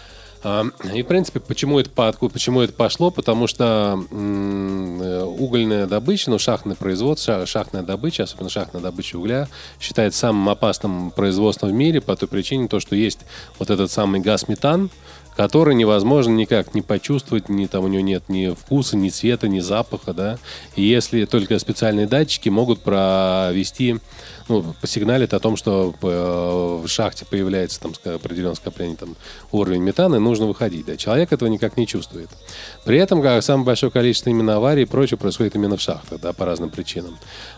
И, в принципе, почему это, почему это пошло? Потому что угольная добыча, ну, шахтное производство, шахтная добыча, особенно шахтная добыча угля, считается самым опасным производством в мире по той причине, то, что есть вот этот самый газ метан, который невозможно никак не почувствовать, ни, там у него нет ни вкуса, ни цвета, ни запаха, да. И если только специальные датчики могут провести, ну, посигналить о том, что в шахте появляется там определенное скопление, там, уровень метана, и нужно выходить, да. Человек этого никак не чувствует. При этом как, самое большое количество именно аварий и прочее происходит именно в шахтах, да, по разным причинам.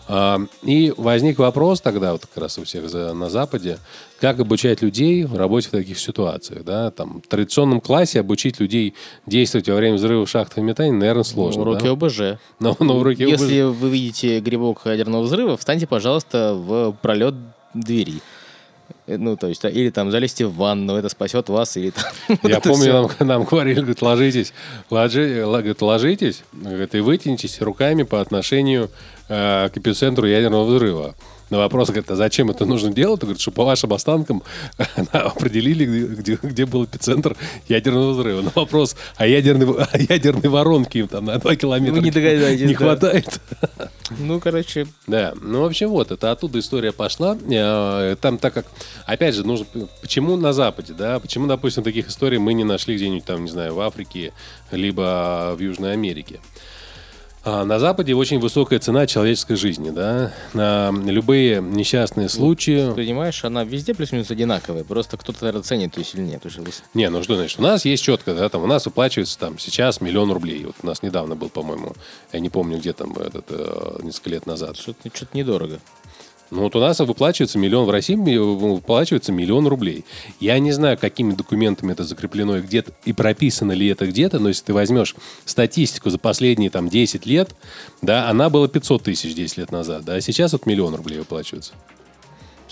И возник вопрос тогда, вот как раз у всех на Западе, как обучать людей в работе в таких ситуациях, да, там, в традиционном классе обучить людей действовать во время взрыва в шахтах и метане, наверное, сложно. Ну, уроки да? о бэ жэ. Но, но уроки Если ОБЖ. вы видите грибок ядерного взрыва, встаньте, пожалуйста, в пролет двери. Ну, то есть, или там залезьте в ванну, это спасет вас, или там... Я это помню, всё. нам, нам говорили, говорит, ложитесь, ложи, говорит, ложитесь, говорит, и вытянитесь руками по отношению э, к эпицентру ядерного взрыва. На вопрос, говорит, а зачем это нужно делать? Говорит, что по вашим останкам определили, где, где был эпицентр ядерного взрыва. На вопрос, а ядерной, а ядерной воронки им там на два километра Вы не догадаетесь, не да. хватает. Ну, короче, Да, ну, в общем, вот, это оттуда история пошла. Э, Там, так как, опять же, нужно, почему на Западе, да, почему, допустим, таких историй мы не нашли где-нибудь там, не знаю, в Африке, либо в Южной Америке. А на Западе очень высокая цена человеческой жизни, да, на любые несчастные случаи. понимаешь, она везде плюс-минус одинаковая. Просто кто-то, наверное, ценит ее сильнее. Потому что вы- Не, ну что значит, у нас есть четко, да, там у нас выплачивается там сейчас миллион рублей. Вот у нас недавно был, по-моему, я не помню, где там этот, э, несколько лет назад. Что-то, что-то недорого. Ну вот у нас выплачивается миллион, в России выплачивается миллион рублей. Я не знаю, какими документами это закреплено и где-то, и прописано ли это где-то, но если ты возьмешь статистику за последние там десять лет, да, она была пятьсот тысяч десять лет назад, да, а сейчас вот миллион рублей выплачивается.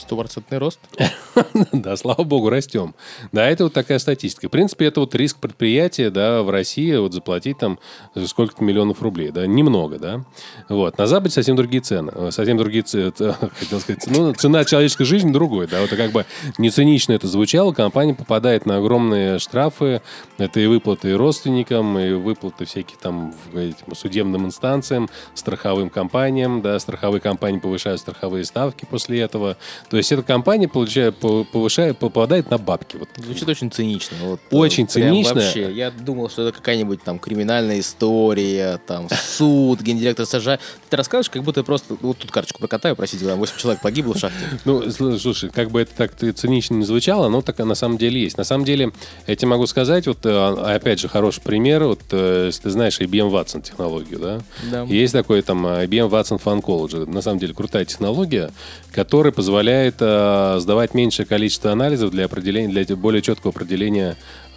Стопроцентный рост? Да, слава богу, растем. Да, это вот такая статистика. В принципе, это вот риск предприятия, да, в России вот заплатить там сколько-то миллионов рублей, да, немного, да. Вот. На Западе совсем другие цены. Совсем другие цены, хотел сказать, ну, цена человеческой жизни другой, да. Вот как бы не цинично это звучало, компания попадает на огромные штрафы, это и выплаты родственникам, и выплаты всяких там этим судебным инстанциям, страховым компаниям, да, страховые компании повышают страховые ставки после этого. То есть эта компания, получает, повышает, попадает на бабки. Вот. Звучит очень цинично. Вот, очень цинично. Вообще. Я думал, что это какая-нибудь там криминальная история, там суд, гендиректор сажает. Ты рассказываешь, как будто просто вот тут карточку прокатаю, простите, там восемь человек погибло в шахте. Ну, слушай, как бы это так цинично не звучало, но так на самом деле есть. На самом деле, я тебе могу сказать, вот опять же, хороший пример, вот если ты знаешь ай би эм Watson технологию, да? Да. Есть такой там ай би эм Watson Pharmacology. На самом деле крутая технология, которая позволяет э, сдавать меньшее количество анализов для определения, для более четкого определения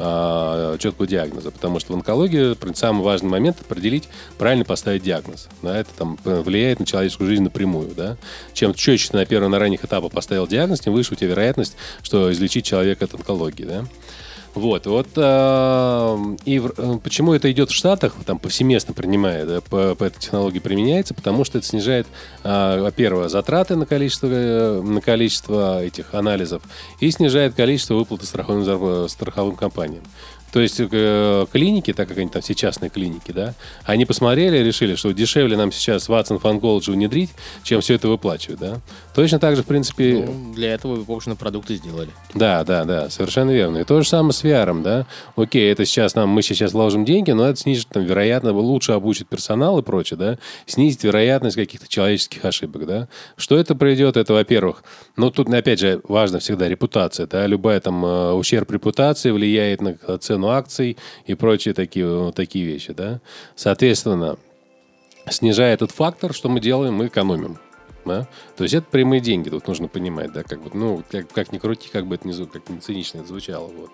э, четкого диагноза. Потому что в онкологии самый важный момент — определить, правильно поставить диагноз. Да? Это там влияет на человеческую жизнь напрямую. Да? Чем четче ты на первом, на ранних этапах поставил диагноз, тем выше у тебя вероятность, что излечить человека от онкологии. Да? Вот, вот э, и в, почему это идет в Штатах, там повсеместно принимает, да, по, по этой технологии применяется, потому что это снижает, э, во-первых, затраты на количество, э, на количество этих анализов и снижает количество выплаты страховым, страховым компаниям. То есть э, клиники, так как они там все частные клиники, да, они посмотрели и решили, что дешевле нам сейчас Watson Pharmacology внедрить, чем все это выплачивать, да. Точно так же, в принципе... Ну, для этого вы, в общем, продукты сделали. Да, да, да, совершенно верно. И то же самое с ви ар, да. Окей, это сейчас нам, мы сейчас вложим деньги, но это снизит, там, вероятно, лучше обучит персонал и прочее, да, снизит вероятность каких-то человеческих ошибок, да. Что это приведет? Это, во-первых, ну, тут, опять же, важно всегда репутация, да, любая там э, ущерб репутации влияет на цену акций и прочие такие, вот, такие вещи, да. Соответственно, снижая этот фактор, что мы делаем? Мы экономим. Да? То есть это прямые деньги, тут нужно понимать, да, как бы, ну, как, как ни крути, как бы это не, как не цинично это звучало, вот.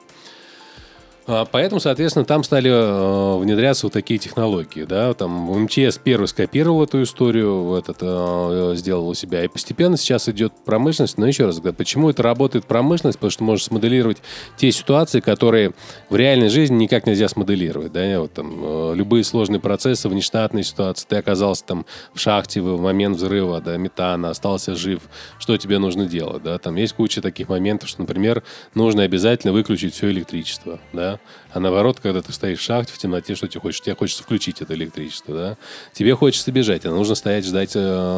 А, поэтому, соответственно, там стали э, внедряться вот такие технологии, да, там эм тэ эс первый скопировал эту историю, вот это э, сделал у себя, и постепенно сейчас идет промышленность, но еще раз говорю, почему это работает промышленность, потому что можно смоделировать те ситуации, которые в реальной жизни никак нельзя смоделировать, да, вот там э, любые сложные процессы, внештатные ситуации, ты оказался там в шахте в момент взрыва, да, метана, остался жив, что тебе нужно делать, да, там есть куча таких моментов, что, например, нужно обязательно выключить все электричество, да. А наоборот, когда ты стоишь в шахте в темноте, что тебе хочется? Тебе хочется включить это электричество, да? Тебе хочется бежать, а нужно стоять, ждать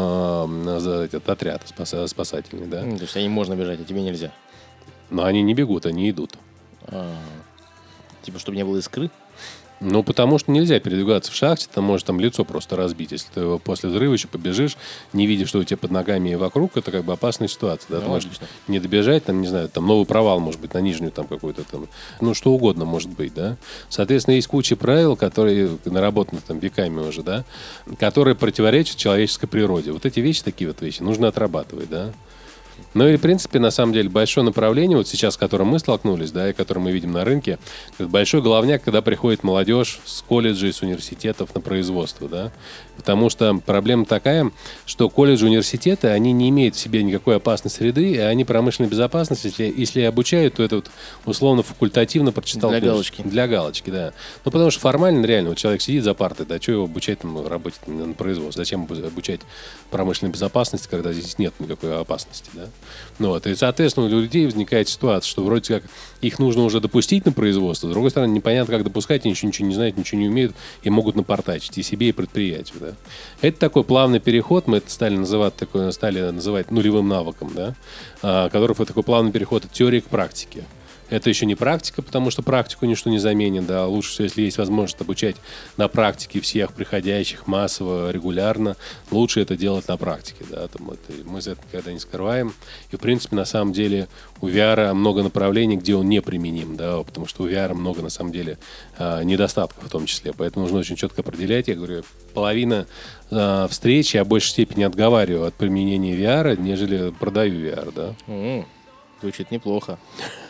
э, этот отряд спас, спасательный, да? То есть они можно бежать, а тебе нельзя? Но они не бегут, они идут. А, типа, чтобы не было искры? Ну, потому что нельзя передвигаться в шахте, там может там лицо просто разбить. Если ты после взрыва еще побежишь, не видишь, что у тебя под ногами и вокруг, это как бы опасная ситуация. Да? Ну, ты можешь не добежать, там, не знаю, там новый провал может быть на нижнюю там какую-то там, ну, что угодно может быть, да. Соответственно, есть куча правил, которые наработаны там веками уже, да, которые противоречат человеческой природе. Вот эти вещи, такие вот вещи, нужно отрабатывать, да. Ну и, в принципе, на самом деле, большое направление, вот сейчас, с которым мы столкнулись, да, и которое мы видим на рынке, это большой головняк, когда приходит молодежь с колледжей, с университетов на производство, да. Потому что проблема такая, что колледжи, университеты, они не имеют в себе никакой опасной среды, и они промышленной безопасности, если, если обучают, то это вот условно факультативно прочитал. Для галочки. Для галочки, да. Ну, потому что формально, реально, вот человек сидит за партой, да, что его обучать там, работать на производстве? Зачем обучать промышленной безопасности, когда здесь нет никакой опасности, да? Ну, вот, и, соответственно, у людей возникает ситуация, что вроде как их нужно уже допустить на производство, с другой стороны, непонятно, как допускать, они ничего, ничего не знают, ничего не умеют и могут напортачить и себе, и предприятию, да. Это такой плавный переход, мы это стали называть, такой, стали называть нулевым навыком, да, а, который такой плавный переход от теории к практике. Это еще не практика, потому что практику ничто не заменит. Да. Лучше всего, если есть возможность обучать на практике всех приходящих массово, регулярно, лучше это делать на практике. Да. Там это, мы за это никогда не скрываем. И, в принципе, на самом деле у ви ар много направлений, где он не применим, да, потому что у ви ар много, на самом деле, недостатков в том числе. Поэтому нужно очень четко определять. Я говорю, половина встреч я в большей степени отговариваю от применения ви ар, нежели продаю ви ар. Да. Mm-hmm. Звучит неплохо.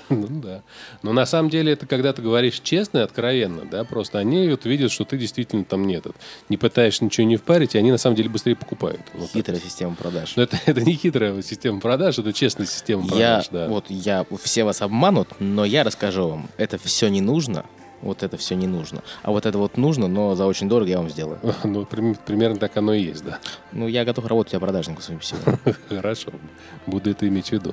Ну да. Но на самом деле это когда ты говоришь честно и откровенно, да, просто они вот видят, что ты действительно там нет. Не пытаешься ничего не впарить, и они на самом деле быстрее покупают. Вот Хитрая так. система продаж. Но это, это не хитрая система продаж, это честная система продаж. Я, Да. вот, я, все вас обманут, но я расскажу вам, это все не нужно, вот это все не нужно. А вот это вот нужно, но за очень дорого я вам сделаю. Ну, при- примерно так оно и есть, да. Ну, я готов работать у тебя продажником, судя по всему. Хорошо, буду это иметь в виду.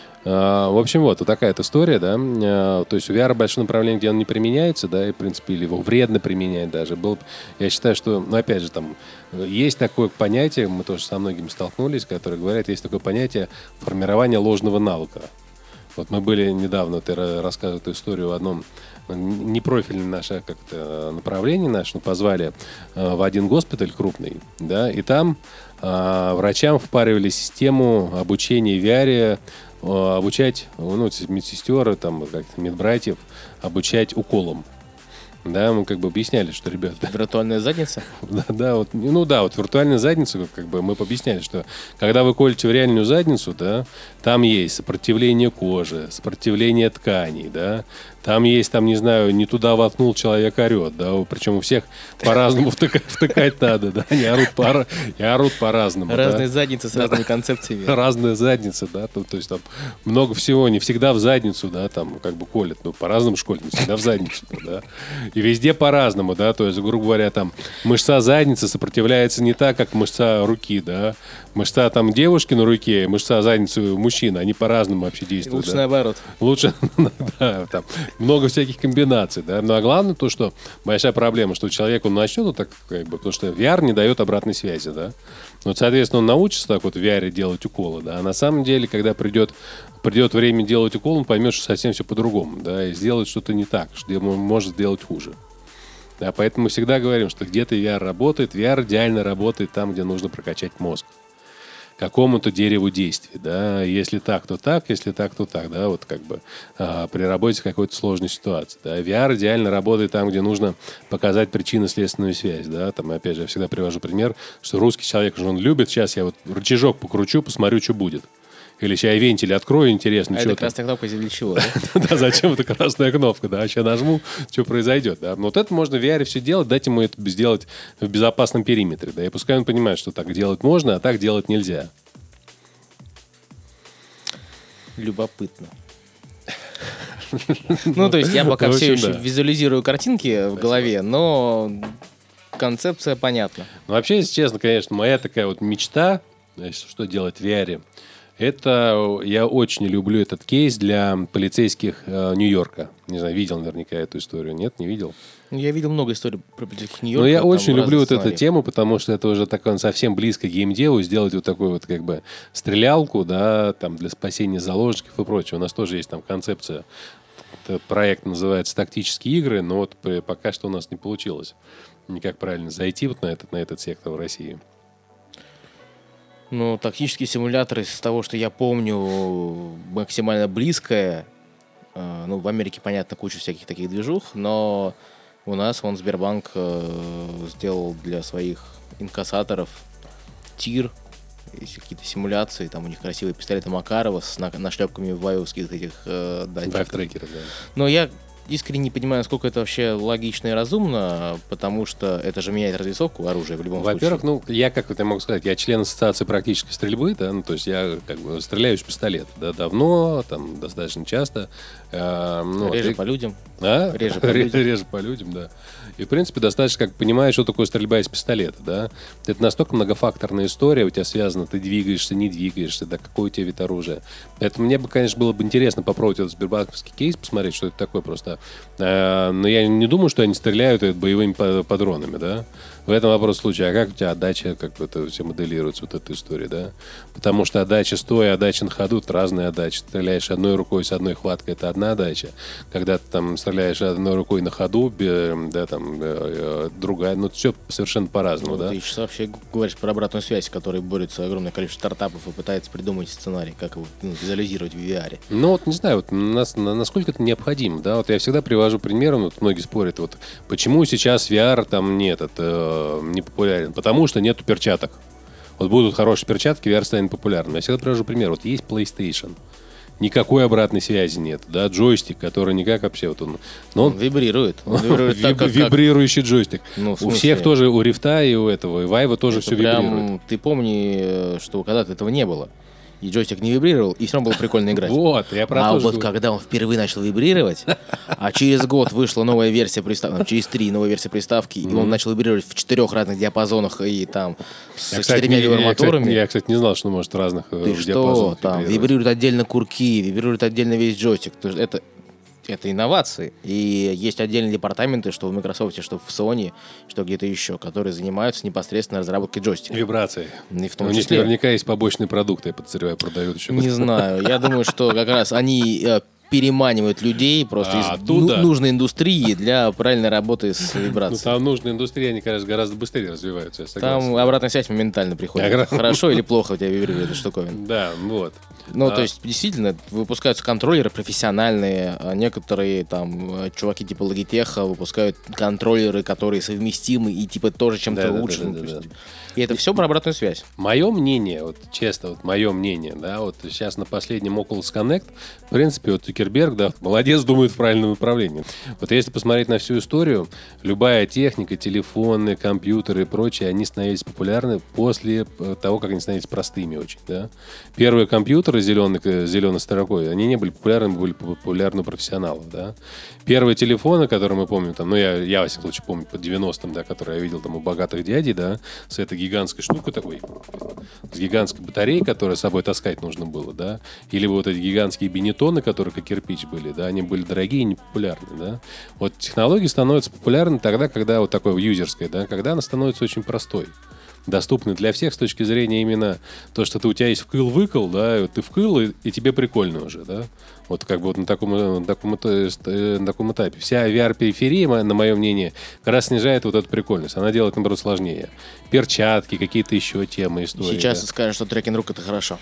А, в общем, вот, вот такая-то история, да. А, то есть у ви ар большое направление, где он не применяется, да, и, в принципе, или его вредно применять даже. Был, я считаю, что, ну, опять же, там, есть такое понятие, мы тоже со многими столкнулись, которые говорят, есть такое понятие формирования ложного навыка. Вот мы были недавно, ты рассказывал эту историю в одном непрофильном наше как-то направлении наше, ну, позвали э, в один госпиталь крупный, да, и там э, врачам впаривали систему обучения ви ар, э, обучать, ну, медсестер, там, как-то медбратьев, обучать уколам. Да, мы как бы объясняли, что, ребята... Виртуальная задница? Да, да, вот, ну да, вот виртуальная задница, как бы мы объясняли, что когда вы колите в реальную задницу, да, там есть сопротивление кожи, сопротивление тканей, да, там есть, там, не знаю, не туда воткнул, человек орет, да, причем у всех по-разному втыкать, втыкать надо, да, они орут, по, и орут по-разному. Разные да. задницы с разными концепциями. Разная задница, да, то, то есть там много всего, не всегда в задницу, да, там как бы колят, но по-разному школят, не всегда в задницу, да, и везде по-разному, да, то есть, грубо говоря, там мышца задницы сопротивляется не так, как мышца руки, да, мышца там девушки на руке, мышца задницы мужчины, они по-разному вообще действуют. Лучше да. наоборот. Лучше, да, там много всяких комбинаций, да, ну а главное то, что большая проблема, что человек, он начнет вот так, как бы, потому что ви ар не дает обратной связи, да, вот, соответственно, он научится так вот в ви ар делать уколы, да, а на самом деле, когда придет придет время делать укол, он поймет, что совсем все по-другому, да, и сделает что-то не так, что он может сделать хуже. Да, поэтому мы всегда говорим, что где-то ви ар работает, ви ар идеально работает там, где нужно прокачать мозг какому-то дереву действий, да, если так, то так, если так, то так, да, вот как бы а, при работе в какой-то сложной ситуации, да, ви ар идеально работает там, где нужно показать причинно-следственную связь, да, там, опять же, я всегда привожу пример, что русский человек, он любит, сейчас я вот рычажок покручу, посмотрю, что будет. Или сейчас я вентиль открою, интересно, а что это красная кнопка для чего, да? Да, зачем эта красная кнопка, да, сейчас нажму, что произойдет, да. Но вот это можно в ви ар все делать, дать ему это сделать в безопасном периметре, да, и пускай он понимает, что так делать можно, а так делать нельзя. Любопытно. Ну, то есть я пока все еще визуализирую картинки в голове, но концепция понятна. Ну, вообще, если честно, конечно, моя такая вот мечта, что делать в ви ар, это я очень люблю этот кейс для полицейских э, Нью-Йорка. Не знаю, видел наверняка эту историю. Нет, не видел? Я видел много историй про полицейских Нью-Йорка. Но я очень люблю вот эту тему, потому что это уже такой совсем близко к геймдеву, сделать вот такую вот как бы стрелялку, да, там для спасения заложников и прочего. У нас тоже есть там концепция. Это проект называется «Тактические игры», но вот пока что у нас не получилось никак правильно зайти вот на этот, на этот сектор в России. Ну, тактические симуляторы, из того, что я помню, максимально близкое. Э, ну, в Америке, понятно, куча всяких таких движух, но у нас вон Сбербанк э, сделал для своих инкассаторов тир, есть какие-то симуляции, там у них красивые пистолеты Макарова с на- нашлепками вайовских этих э, датчиков. Драйв-трекеров, да. Но я искренне не понимаю, насколько это вообще логично и разумно, потому что это же меняет разрисовку оружия в любом Во-первых, случае. ну, я, как вот я могу сказать, я член ассоциации практической стрельбы, да, ну, то есть я как бы стреляю из пистолета, да, давно, там, достаточно часто. Э, ну, Реже ты... по людям. А? Реже по людям. Реже по людям, да. И, в принципе, достаточно, как понимаешь, что такое стрельба из пистолета, да. Это настолько многофакторная история, у тебя связано, ты двигаешься, не двигаешься, да, какой у тебя вид оружия. Поэтому мне бы, конечно, было бы интересно попробовать этот сбербанковский кейс, посмотреть, что это такое просто. А, но я не думаю, что они стреляют боевыми патронами, да. В этом вопрос случае, а как у тебя отдача, как бы это все моделируется, вот эта история, да? Потому что отдача стоя, отдача на ходу, это разная отдача. Стреляешь одной рукой с одной хваткой, это одна отдача. Когда ты там стреляешь одной рукой на ходу, да, там, другая, ну, все совершенно по-разному, Ну, да? ты сейчас вообще говоришь про обратную связь, которой борется огромное количество стартапов и пытается придумать сценарий, как его, ну, визуализировать в ви ар. Ну, вот не знаю, вот нас, насколько это необходимо, да? Вот я всегда привожу примером, вот многие спорят, вот почему сейчас ви ар там нет, это не популярен, потому что нету перчаток. Вот будут хорошие перчатки, ви ар станет популярным. Я всегда привожу пример. Вот есть PlayStation. никакой обратной связи нет, да, джойстик, который никак вообще вот он... Но он, он вибрирует. Он вибрирует так, как, вибрирующий джойстик. Ну, у всех тоже, у Рифта и у этого, и Вайва тоже это все прям, вибрирует. Ты помни, что когда-то этого не было. И джойстик не вибрировал, и все равно было прикольно играть. Вот, я про а то же вот говорю. когда он впервые начал вибрировать, а через год вышла новая версия приставки, через три новая версия приставки, и он начал вибрировать в четырех разных диапазонах и там с Я, кстати, четырьмя не- я, кстати, вибромоторами. я, кстати, не знал, что может в разных э, Ты в что, диапазонах там вибрировать. вибрируют отдельно курки, вибрирует отдельно весь джойстик. То есть это, это инновации. И есть отдельные департаменты, что в Microsoft, что в Sony, что где-то еще, которые занимаются непосредственно разработкой джойстика. Вибрации. И в том У них числе, наверняка есть побочные продукты, я подозреваю, продают еще. не знаю, я думаю, что как раз они э, переманивают людей просто А, из оттуда? ну- нужной индустрии для правильной работы с Ну, вибрацией. там нужная индустрия, они, конечно, гораздо быстрее развиваются, я согласен. Там обратная связь моментально приходит. Агра- Хорошо или плохо у тебя вибрирует эта штуковина. Да, вот. Ну, А, то есть, действительно, выпускаются контроллеры профессиональные, а некоторые там э, чуваки типа Logitech выпускают контроллеры, которые совместимы и типа тоже чем-то Да-да-да-да-да-да. лучше. Ну, то есть, и это все про обратную связь. Мое мнение, вот честно, вот мое мнение, да, вот сейчас на последнем Oculus Connect, в принципе, вот Цукерберг, да, молодец, думает в правильном направлении. Вот если посмотреть на всю историю, любая техника, телефоны, компьютеры и прочее, они становились популярны после э, того, как они становились простыми очень, да. Первые компьютеры зеленые, с зеленой строкой, они не были популярны, были популярны у профессионалов, да. Первые телефоны, которые мы помним, там, ну, я, я, во всяком случае, помню по девяностым, да, которые я видел там у богатых дядей, да, с этой гигантской штукой такой, с гигантской батареей, которую с собой таскать нужно было, да, или вот эти гигантские бенетоны, которые как кирпич были, да, они были дорогие и непопулярны, да. Вот технологии становятся популярны тогда, когда вот такое юзерское, да, когда она становится очень простой, доступный для всех с точки зрения именно то, что ты, у тебя есть вкл-выкл, да, и вот ты вкл, и, и тебе прикольно уже, да. Вот как бы вот на таком, на таком, эта- на таком этапе. Вся ви ар-периферия, мо- на мое мнение, как раз снижает вот эту прикольность. Она делает, наоборот, сложнее. Перчатки, какие-то еще темы, истории. Сейчас да. ты скажешь, что трекинг-рук это хорошо.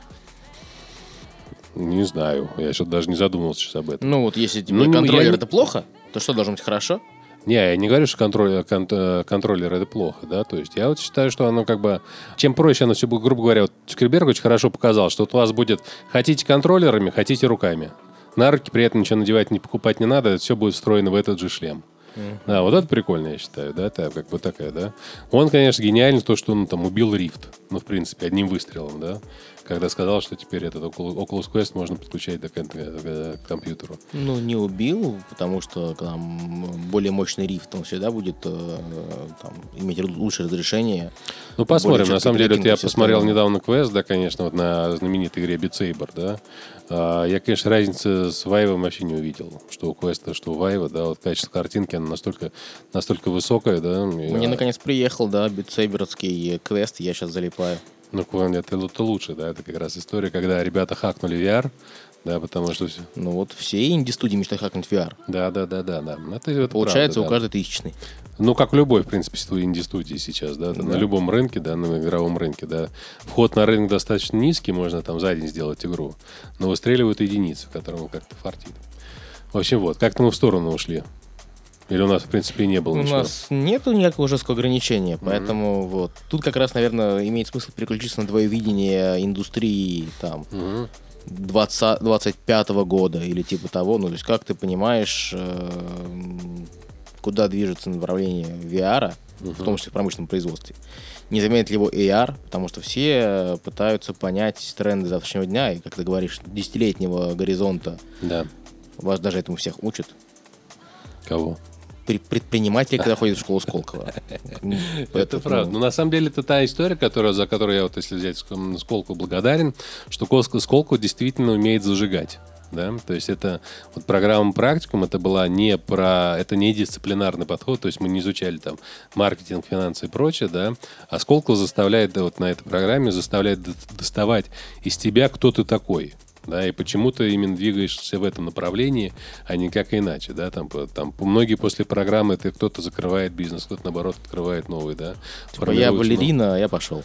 Не знаю, я что-то даже не задумывался сейчас об этом. Ну вот если тебе Ну, не- контроллер я не- это плохо, то что должно быть хорошо? Не, я не говорю, что контроль, кон- э, контроллер это плохо, да, то есть я вот считаю, что оно как бы, чем проще оно все будет, грубо говоря, вот Цукерберг очень хорошо показал, что вот у вас будет, хотите контроллерами, хотите руками. На руки при этом ничего надевать, не покупать не надо, это все будет встроено в этот же шлем. Да, вот это прикольно, я считаю, да, это как бы такая, да. Он, конечно, гениальный, то, что он там убил Рифт, ну, в принципе, одним выстрелом, да, когда сказал, что теперь этот Oculus Quest можно подключать до кон- к компьютеру. Ну, не убил, потому что там более мощный рифт, он всегда будет э, там, иметь лучшее разрешение. Ну, посмотрим. Более На самом четкий деле, вот я трекинг и всё посмотрел остальное. недавно квест, да, конечно, вот на знаменитой игре Beat Saber, да. А, я, конечно, разницы с Вайвом вообще не увидел. Что у квеста, что у Вайва, да, вот качество картинки, оно настолько, настолько высокое, да. и, Мне а, наконец приехал, да, битсейберский квест, я сейчас залипаю. Ну, это, это лучше, да, это как раз история, когда ребята хакнули ви ар, да, потому что все... Ну вот все инди-студии мечтают хакнуть ви ар. Да, да, да, да, да. Это, это Получается, правда, у да. каждой тысячный. Ну, как любой, в принципе, инди-студии сейчас, да, Да. на любом рынке, да, на игровом рынке, да. Вход на рынок достаточно низкий, можно там за день сделать игру, но выстреливают единицы, которым как-то фартит. В общем, вот, как-то мы в сторону ушли. Или у нас, в принципе, не было У ничего? нас нету никакого жесткого ограничения, поэтому вот. Тут как раз, наверное, имеет смысл переключиться на твое видение индустрии там Мгм. двадцать, двадцать пятого года или типа того. Ну, то есть как ты понимаешь, э, куда движется направление ви ар, в том числе в промышленном производстве. Не заменит ли его эй ар, потому что все пытаются понять тренды завтрашнего дня, и, как ты говоришь, десятилетнего горизонта. Да. Вас даже этому всех учат. Кого? Пре- Предприниматели, когда ходят в школу Сколково. Это правда. Но на самом деле это та история, которая, за которую я, вот, если взять Ск- Сколково, благодарен, что Кос- Сколково действительно умеет зажигать. Да? То есть это вот программа практикум, это была не про, это не дисциплинарный подход, то есть мы не изучали там маркетинг, финансы и прочее, да, а Сколково заставляет, да, вот на этой программе заставляет д- доставать из тебя, кто ты такой. Да, и почему ты именно двигаешься в этом направлении, а не как иначе, да, там, по- там по- многие после программы ты кто-то закрывает бизнес, кто-то наоборот открывает новый, да. Типа, я Формируется балерина, а я пошел.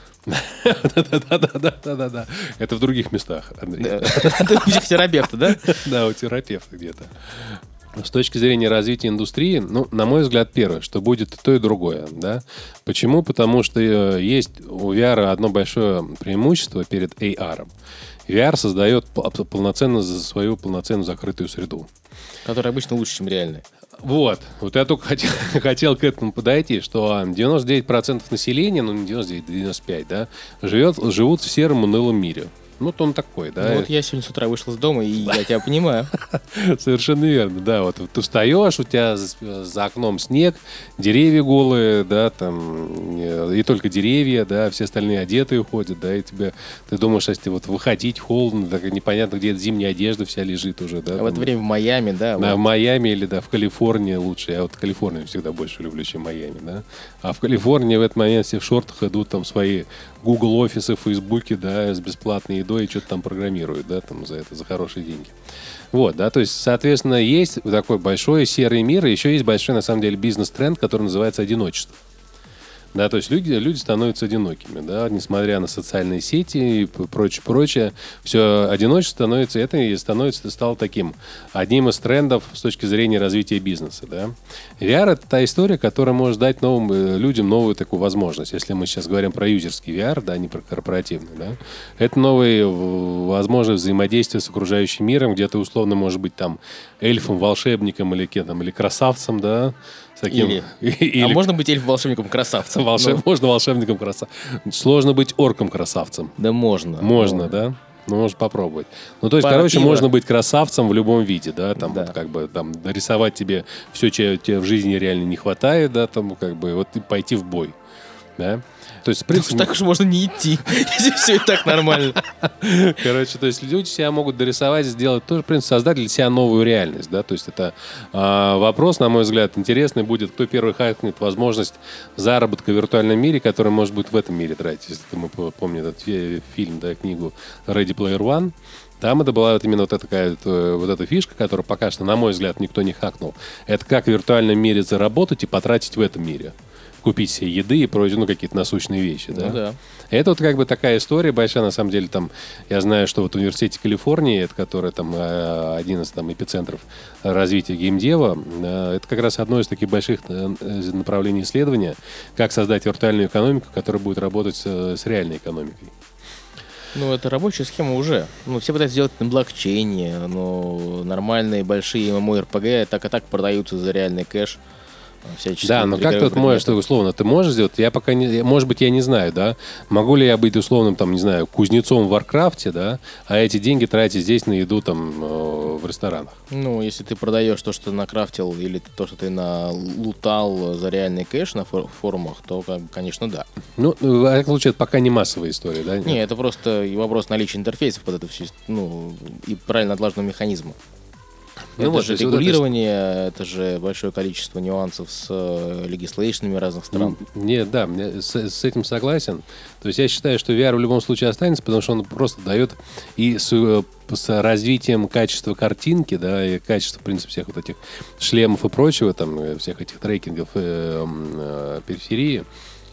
Да-да-да-да-да-да. Это в других местах, Андрей. Ты у психотерапевта, да? Да, у терапевта где-то. С точки зрения развития индустрии, ну, на мой взгляд, первое, что будет и то, и другое, да. Почему? Потому что есть у ви ар одно большое преимущество перед эй ар. ви ар создает полноценно свою полноценную закрытую среду. Которая обычно лучше, чем реальная. Вот. Вот я только хотел, хотел к этому подойти, что девяносто девять процентов населения, ну не девяносто девять, девяносто пять, да, живет, живут в сером унылом мире. Ну, вот он такой, да. Ну, вот я сегодня с утра вышел из дома, и я тебя понимаю. Совершенно верно, да. Вот ты встаешь, у тебя за, за окном снег, деревья голые, да, там, и только деревья, да, все остальные одетые ходят, да, и тебе, ты думаешь, если вот выходить холодно, так непонятно, где зимняя одежда вся лежит уже, да. А в это время в Майами, да. Да, вот. в Майами или, да, в Калифорнии лучше. Я вот Калифорнию всегда больше люблю, чем Майами, да. А в Калифорнии в этот момент все в шортах идут, там, свои Google офисы, Фейсбуке, да, с бесплатной едой и что-то там программируют, да, там за это, за хорошие деньги. Вот, да, то есть, соответственно, есть такой большой серый мир, и еще есть большой, на самом деле, бизнес-тренд, который называется одиночество. Да, то есть люди, люди становятся одинокими, да, несмотря на социальные сети и прочее, прочее, все одиночество становится, это и становится, стало таким одним из трендов с точки зрения развития бизнеса, да. ви ар — это та история, которая может дать новым людям новую такую возможность, если мы сейчас говорим про юзерский ви ар, да, не про корпоративный, да. Это новая возможность взаимодействия с окружающим миром, где ты условно можешь быть там эльфом, волшебником или кем-то, или красавцем, да. Таким, или, или, а можно быть эльф-волшебником-красавцем? Волшеб, ну. Можно волшебником-красавцем. Сложно быть орком-красавцем. Да можно. Можно, но... да? Ну, можно попробовать. Ну, то есть, Пара короче, пива. можно быть красавцем в любом виде, да, там, да. Вот, как бы, там, нарисовать тебе все, чего тебе в жизни реально не хватает, да, там, как бы, вот, и пойти в бой, да. То есть, в принципе... Так уж можно не идти, если все и так нормально. Короче, то есть люди себя могут дорисовать, сделать тоже, в принципе, создать для себя новую реальность, да, то есть это э, вопрос, на мой взгляд, интересный будет, кто первый хакнет возможность заработка в виртуальном мире, который может быть в этом мире тратить, если мы помним этот фильм, да, книгу Ready Player One. Там это была вот именно вот, эта, такая, вот эта фишка, которую пока что, на мой взгляд, никто не хакнул. Это как в виртуальном мире заработать и потратить в этом мире. Купить себе еды и прочее, ну, какие-то насущные вещи, да? Ну, да. Это вот как бы такая история большая, на самом деле, там, я знаю, что вот в университете Калифорнии, это который там один из там эпицентров развития геймдева, это как раз одно из таких больших направлений исследования, как создать виртуальную экономику, которая будет работать с, с реальной экономикой. Ну, это рабочая схема уже. Ну, все пытаются сделать на блокчейне, но нормальные большие эм эм о эр пи джи так и так продаются за реальный кэш. Да, но как ты можешь, что, условно, ты можешь сделать? Я пока не, может быть, я не знаю, да. Могу ли я быть условным, там, не знаю, кузнецом в Варкрафте, да, а эти деньги тратить здесь на еду там в ресторанах? Ну, если ты продаешь то, что ты накрафтил, или то, что ты налутал за реальный кэш на форумах, то, конечно, да. Ну, это получается пока не массовая история, да? Не, это просто вопрос наличия интерфейсов под это все, ну, и правильно отлаженного механизма. Ну, это вот, же регулирование, вот это... это же большое количество нюансов с легислейшнами разных стран. Нет, да, с, с этим согласен. То есть я считаю, что ви ар в любом случае останется, потому что он просто дает и с, с развитием качества картинки, да, и качества, в принципе, всех вот этих шлемов и прочего, там, всех этих трекингов э, э, периферии,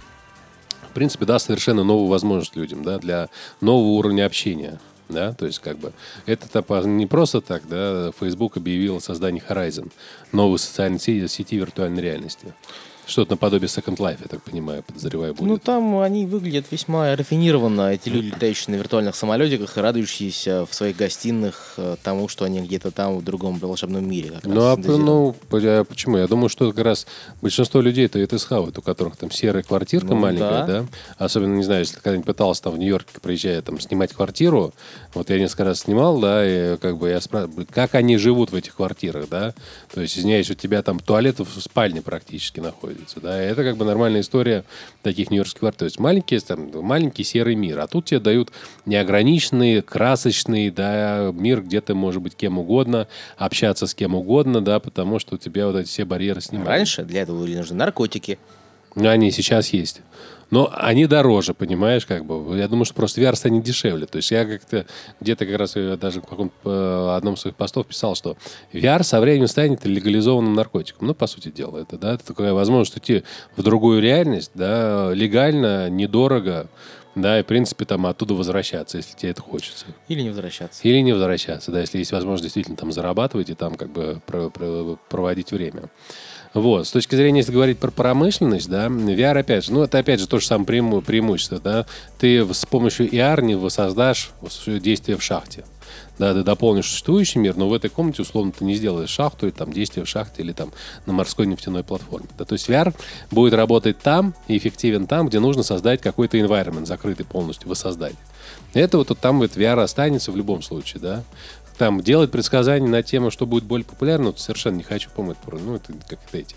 в принципе, даст совершенно новую возможность людям, да, для нового уровня общения. Да, то есть, как бы, это не просто так, да, Facebook объявил о создании Horizon, новой социальной сети, сети виртуальной реальности. Что-то наподобие Second Life, я так понимаю, подозреваю, будет. Ну, там они выглядят весьма рафинированно, эти люди, летающие на виртуальных самолетиках и радующиеся в своих гостиных тому, что они где-то там в другом волшебном мире. Ну, а, ну, почему? Я думаю, что как раз большинство людей-то это схавают, у которых там серая квартирка ну, маленькая, да. да? Особенно, не знаю, если ты когда-нибудь пытался там в Нью-Йорке, приезжая, там, снимать квартиру, вот я несколько раз снимал, да, и как бы я спрашиваю, как они живут в этих квартирах, да? То есть, извиняюсь, у тебя там туалет в спальне практически находится. Да, это как бы нормальная история таких нью-йоркских квартир. То есть маленький, там, маленький серый мир. А тут тебе дают неограниченный, красочный, да, мир, где ты можешь быть кем угодно, общаться с кем угодно, да, потому что у тебя вот эти все барьеры снимают. Раньше для этого были нужны наркотики. Ну, они сейчас есть. Но они дороже, понимаешь, как бы. Я думаю, что просто ви ар станет дешевле. То есть я как-то где-то как раз даже в каком-то одном из своих постов писал, что ви ар со временем станет легализованным наркотиком. Ну, по сути дела, это, да, это такая возможность уйти в другую реальность, да, легально, недорого, да, и, в принципе, там оттуда возвращаться, если тебе это хочется. Или не возвращаться. Или не возвращаться, да, если есть возможность действительно там зарабатывать и там как бы про- про- проводить время. Вот. С точки зрения, если говорить про промышленность, да, ви ар, опять же, ну, это опять же то же самое преиму- преимущество, да, ты с помощью и ар не воссоздашь действие в шахте. Да, ты дополнишь существующий мир, но в этой комнате, условно, ты не сделаешь шахту, или там действие в шахте, или там на морской нефтяной платформе. Да, то есть ви ар будет работать там и эффективен там, где нужно создать какой-то environment, закрытый полностью, воссоздать. Это вот, вот там вот ви ар останется в любом случае, да. Там делать предсказания на тему, что будет более популярно, вот совершенно не хочу помыть, ну, это как эти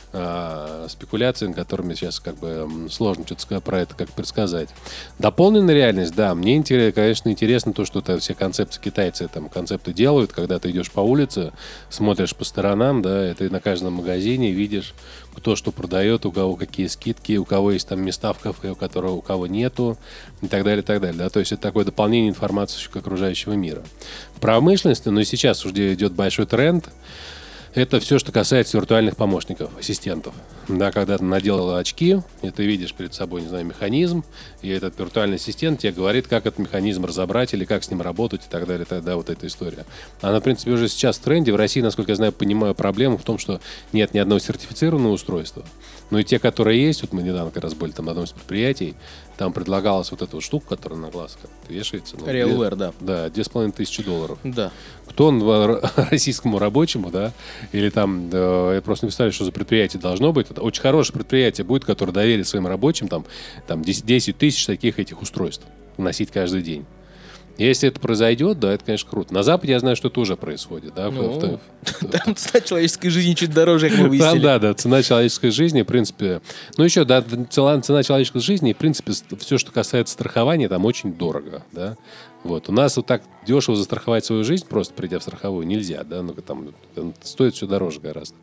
а, спекуляции, которыми сейчас как бы сложно что-то сказать про это, как предсказать. Дополненная реальность, да, мне, интересно, конечно, интересно то, что это все концепции китайцы, там, концепты делают, когда ты идешь по улице, смотришь по сторонам, да, и ты на каждом магазине видишь, кто что продает, у кого какие скидки, у кого есть там места в кафе, у которого у кого нету, и так далее, и так далее, да, то есть это такое дополнение информации окружающего мира. В промышленности, но и сейчас уже идет большой тренд. Это все, что касается виртуальных помощников, ассистентов. Да, когда ты надел очки, и ты видишь перед собой, не знаю, механизм, и этот виртуальный ассистент тебе говорит, как этот механизм разобрать или как с ним работать и так далее, тогда вот эта история. Она, в принципе, уже сейчас в тренде. В России, насколько я знаю, понимаю, проблема в том, что нет ни одного сертифицированного устройства. Но и те, которые есть, вот мы недавно как раз были там на одном из предприятий, там предлагалась вот эта вот штука, которая на глаз вешается. Ну, RealWear, да. Да, две с половиной тысячи долларов. Да. Кто он российскому рабочему, да, или там, э, я просто не представляю, что за предприятие должно быть. Это очень хорошее предприятие будет, которое доверит своим рабочим там, там десять тысяч таких этих устройств носить каждый день. Если это произойдет, да, это, конечно, круто. На Западе я знаю, что это уже происходит. Да, ну, в, в, там цена человеческой жизни чуть дороже, как мы выяснили. Там, да, да, цена человеческой жизни, в принципе... Ну, еще, да, цена, цена человеческой жизни, в принципе, все, что касается страхования, там очень дорого, да. Вот. У нас вот так дешево застраховать свою жизнь, просто придя в страховую, нельзя, да, ну, там, там стоит все дороже гораздо.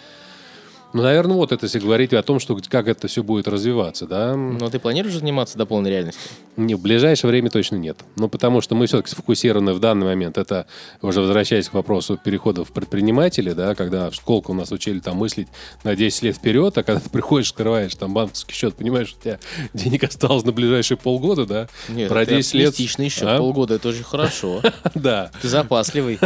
Ну, наверное, вот это если говорить о том, что как это все будет развиваться, да. Но ты планируешь заниматься до полной реальности? Не, в ближайшее время точно нет. Ну, потому что мы все-таки сфокусированы в данный момент. Это, уже возвращаясь к вопросу перехода в предприниматели, да, когда в школку нас учили там мыслить на десять лет вперед, а когда ты приходишь, открываешь там банковский счет, понимаешь, что у тебя денег осталось на ближайшие полгода, да. Нет, про это десять лет. оптимистичный счет, полгода, это очень хорошо. Да. Ты запасливый.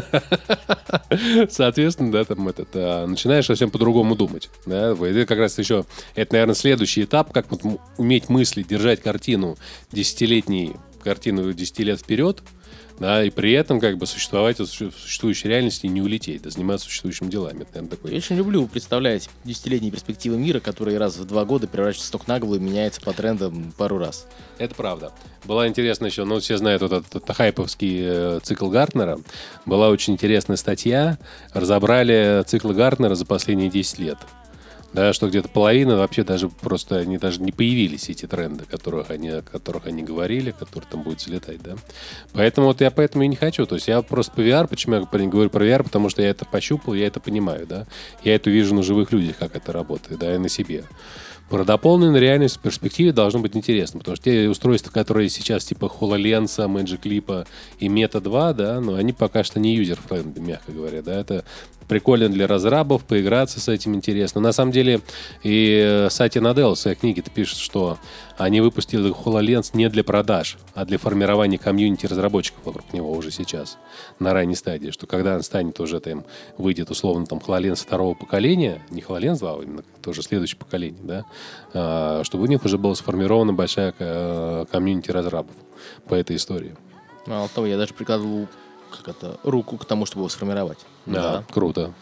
Соответственно, да, там этот, а, начинаешь совсем по-другому думать. Да? Это как раз еще, это, наверное, следующий этап, как вот уметь мыслить, держать картину десятилетней, картину десяти лет вперед, да, и при этом как бы существовать в существующей реальности и не улететь, да, заниматься существующими делами. Это, наверное, такой... Я очень люблю представлять десятилетние перспективы мира, которые раз в два года превращаются с ног на голову и меняются по трендам пару раз. Это правда. Была интересна еще, ну, все знают вот этот, этот хайповский э, цикл Гартнера. Была очень интересная статья. Разобрали цикл Гартнера за последние десять лет. Да, что где-то половина вообще даже просто они даже не появились, эти тренды, которых они, о которых они говорили, которые там будут взлетать, да. Поэтому вот я поэтому и не хочу. То есть я просто по ви ар, почему я говорю про ви ар, потому что я это пощупал, я это понимаю, да. Я это вижу на живых людях, как это работает, да, и на себе. Про дополненную реальность в перспективе должно быть интересно, потому что те устройства, которые сейчас типа HoloLens, Magic Leap и Meta два, да, но они пока что не юзер-френдли, мягко говоря, да, это прикольно для разрабов, поиграться с этим интересно. На самом деле и Сатья Наделла в своей книге пишет, что они выпустили HoloLens не для продаж, а для формирования комьюнити разработчиков вокруг него уже сейчас, на ранней стадии, что когда он станет уже там, выйдет условно там HoloLens второго поколения, не HoloLens два, а именно тоже следующее поколение, да, а, чтобы у них уже была сформирована большая комьюнити разрабов по этой истории. Мало того, я даже прикладывал как это, руку к тому, чтобы его сформировать. Да, да, круто.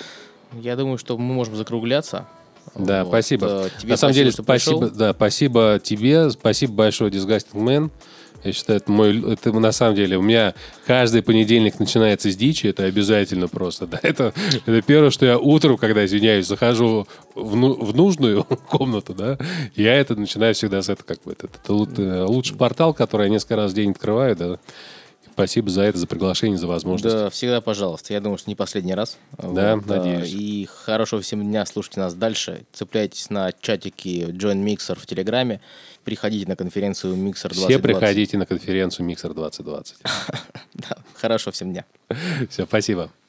Я думаю, что мы можем закругляться. Да, вот. Спасибо. Тебе на самом спасибо, деле, что спасибо, пришел. да, спасибо тебе, спасибо большое, Disgusting Man. Я считаю, это мой, это на самом деле, у меня каждый понедельник начинается с дичи, это обязательно просто, да, это, это первое, что я утром, когда, извиняюсь, захожу в, ну, в нужную комнату, да, я это начинаю всегда с этого, как бы, это, это лучший портал, который я несколько раз в день открываю, да. Спасибо за это, за приглашение, за возможность. Да, всегда пожалуйста. Я думаю, что не последний раз. Да, вот. надеюсь. И хорошего всем дня. Слушайте нас дальше. Цепляйтесь на чатики Join Mixer в Телеграме. Приходите на конференцию Mixer двадцать двадцать. Все приходите на конференцию Mixer двадцать двадцать. Хорошего всем дня. Все, спасибо.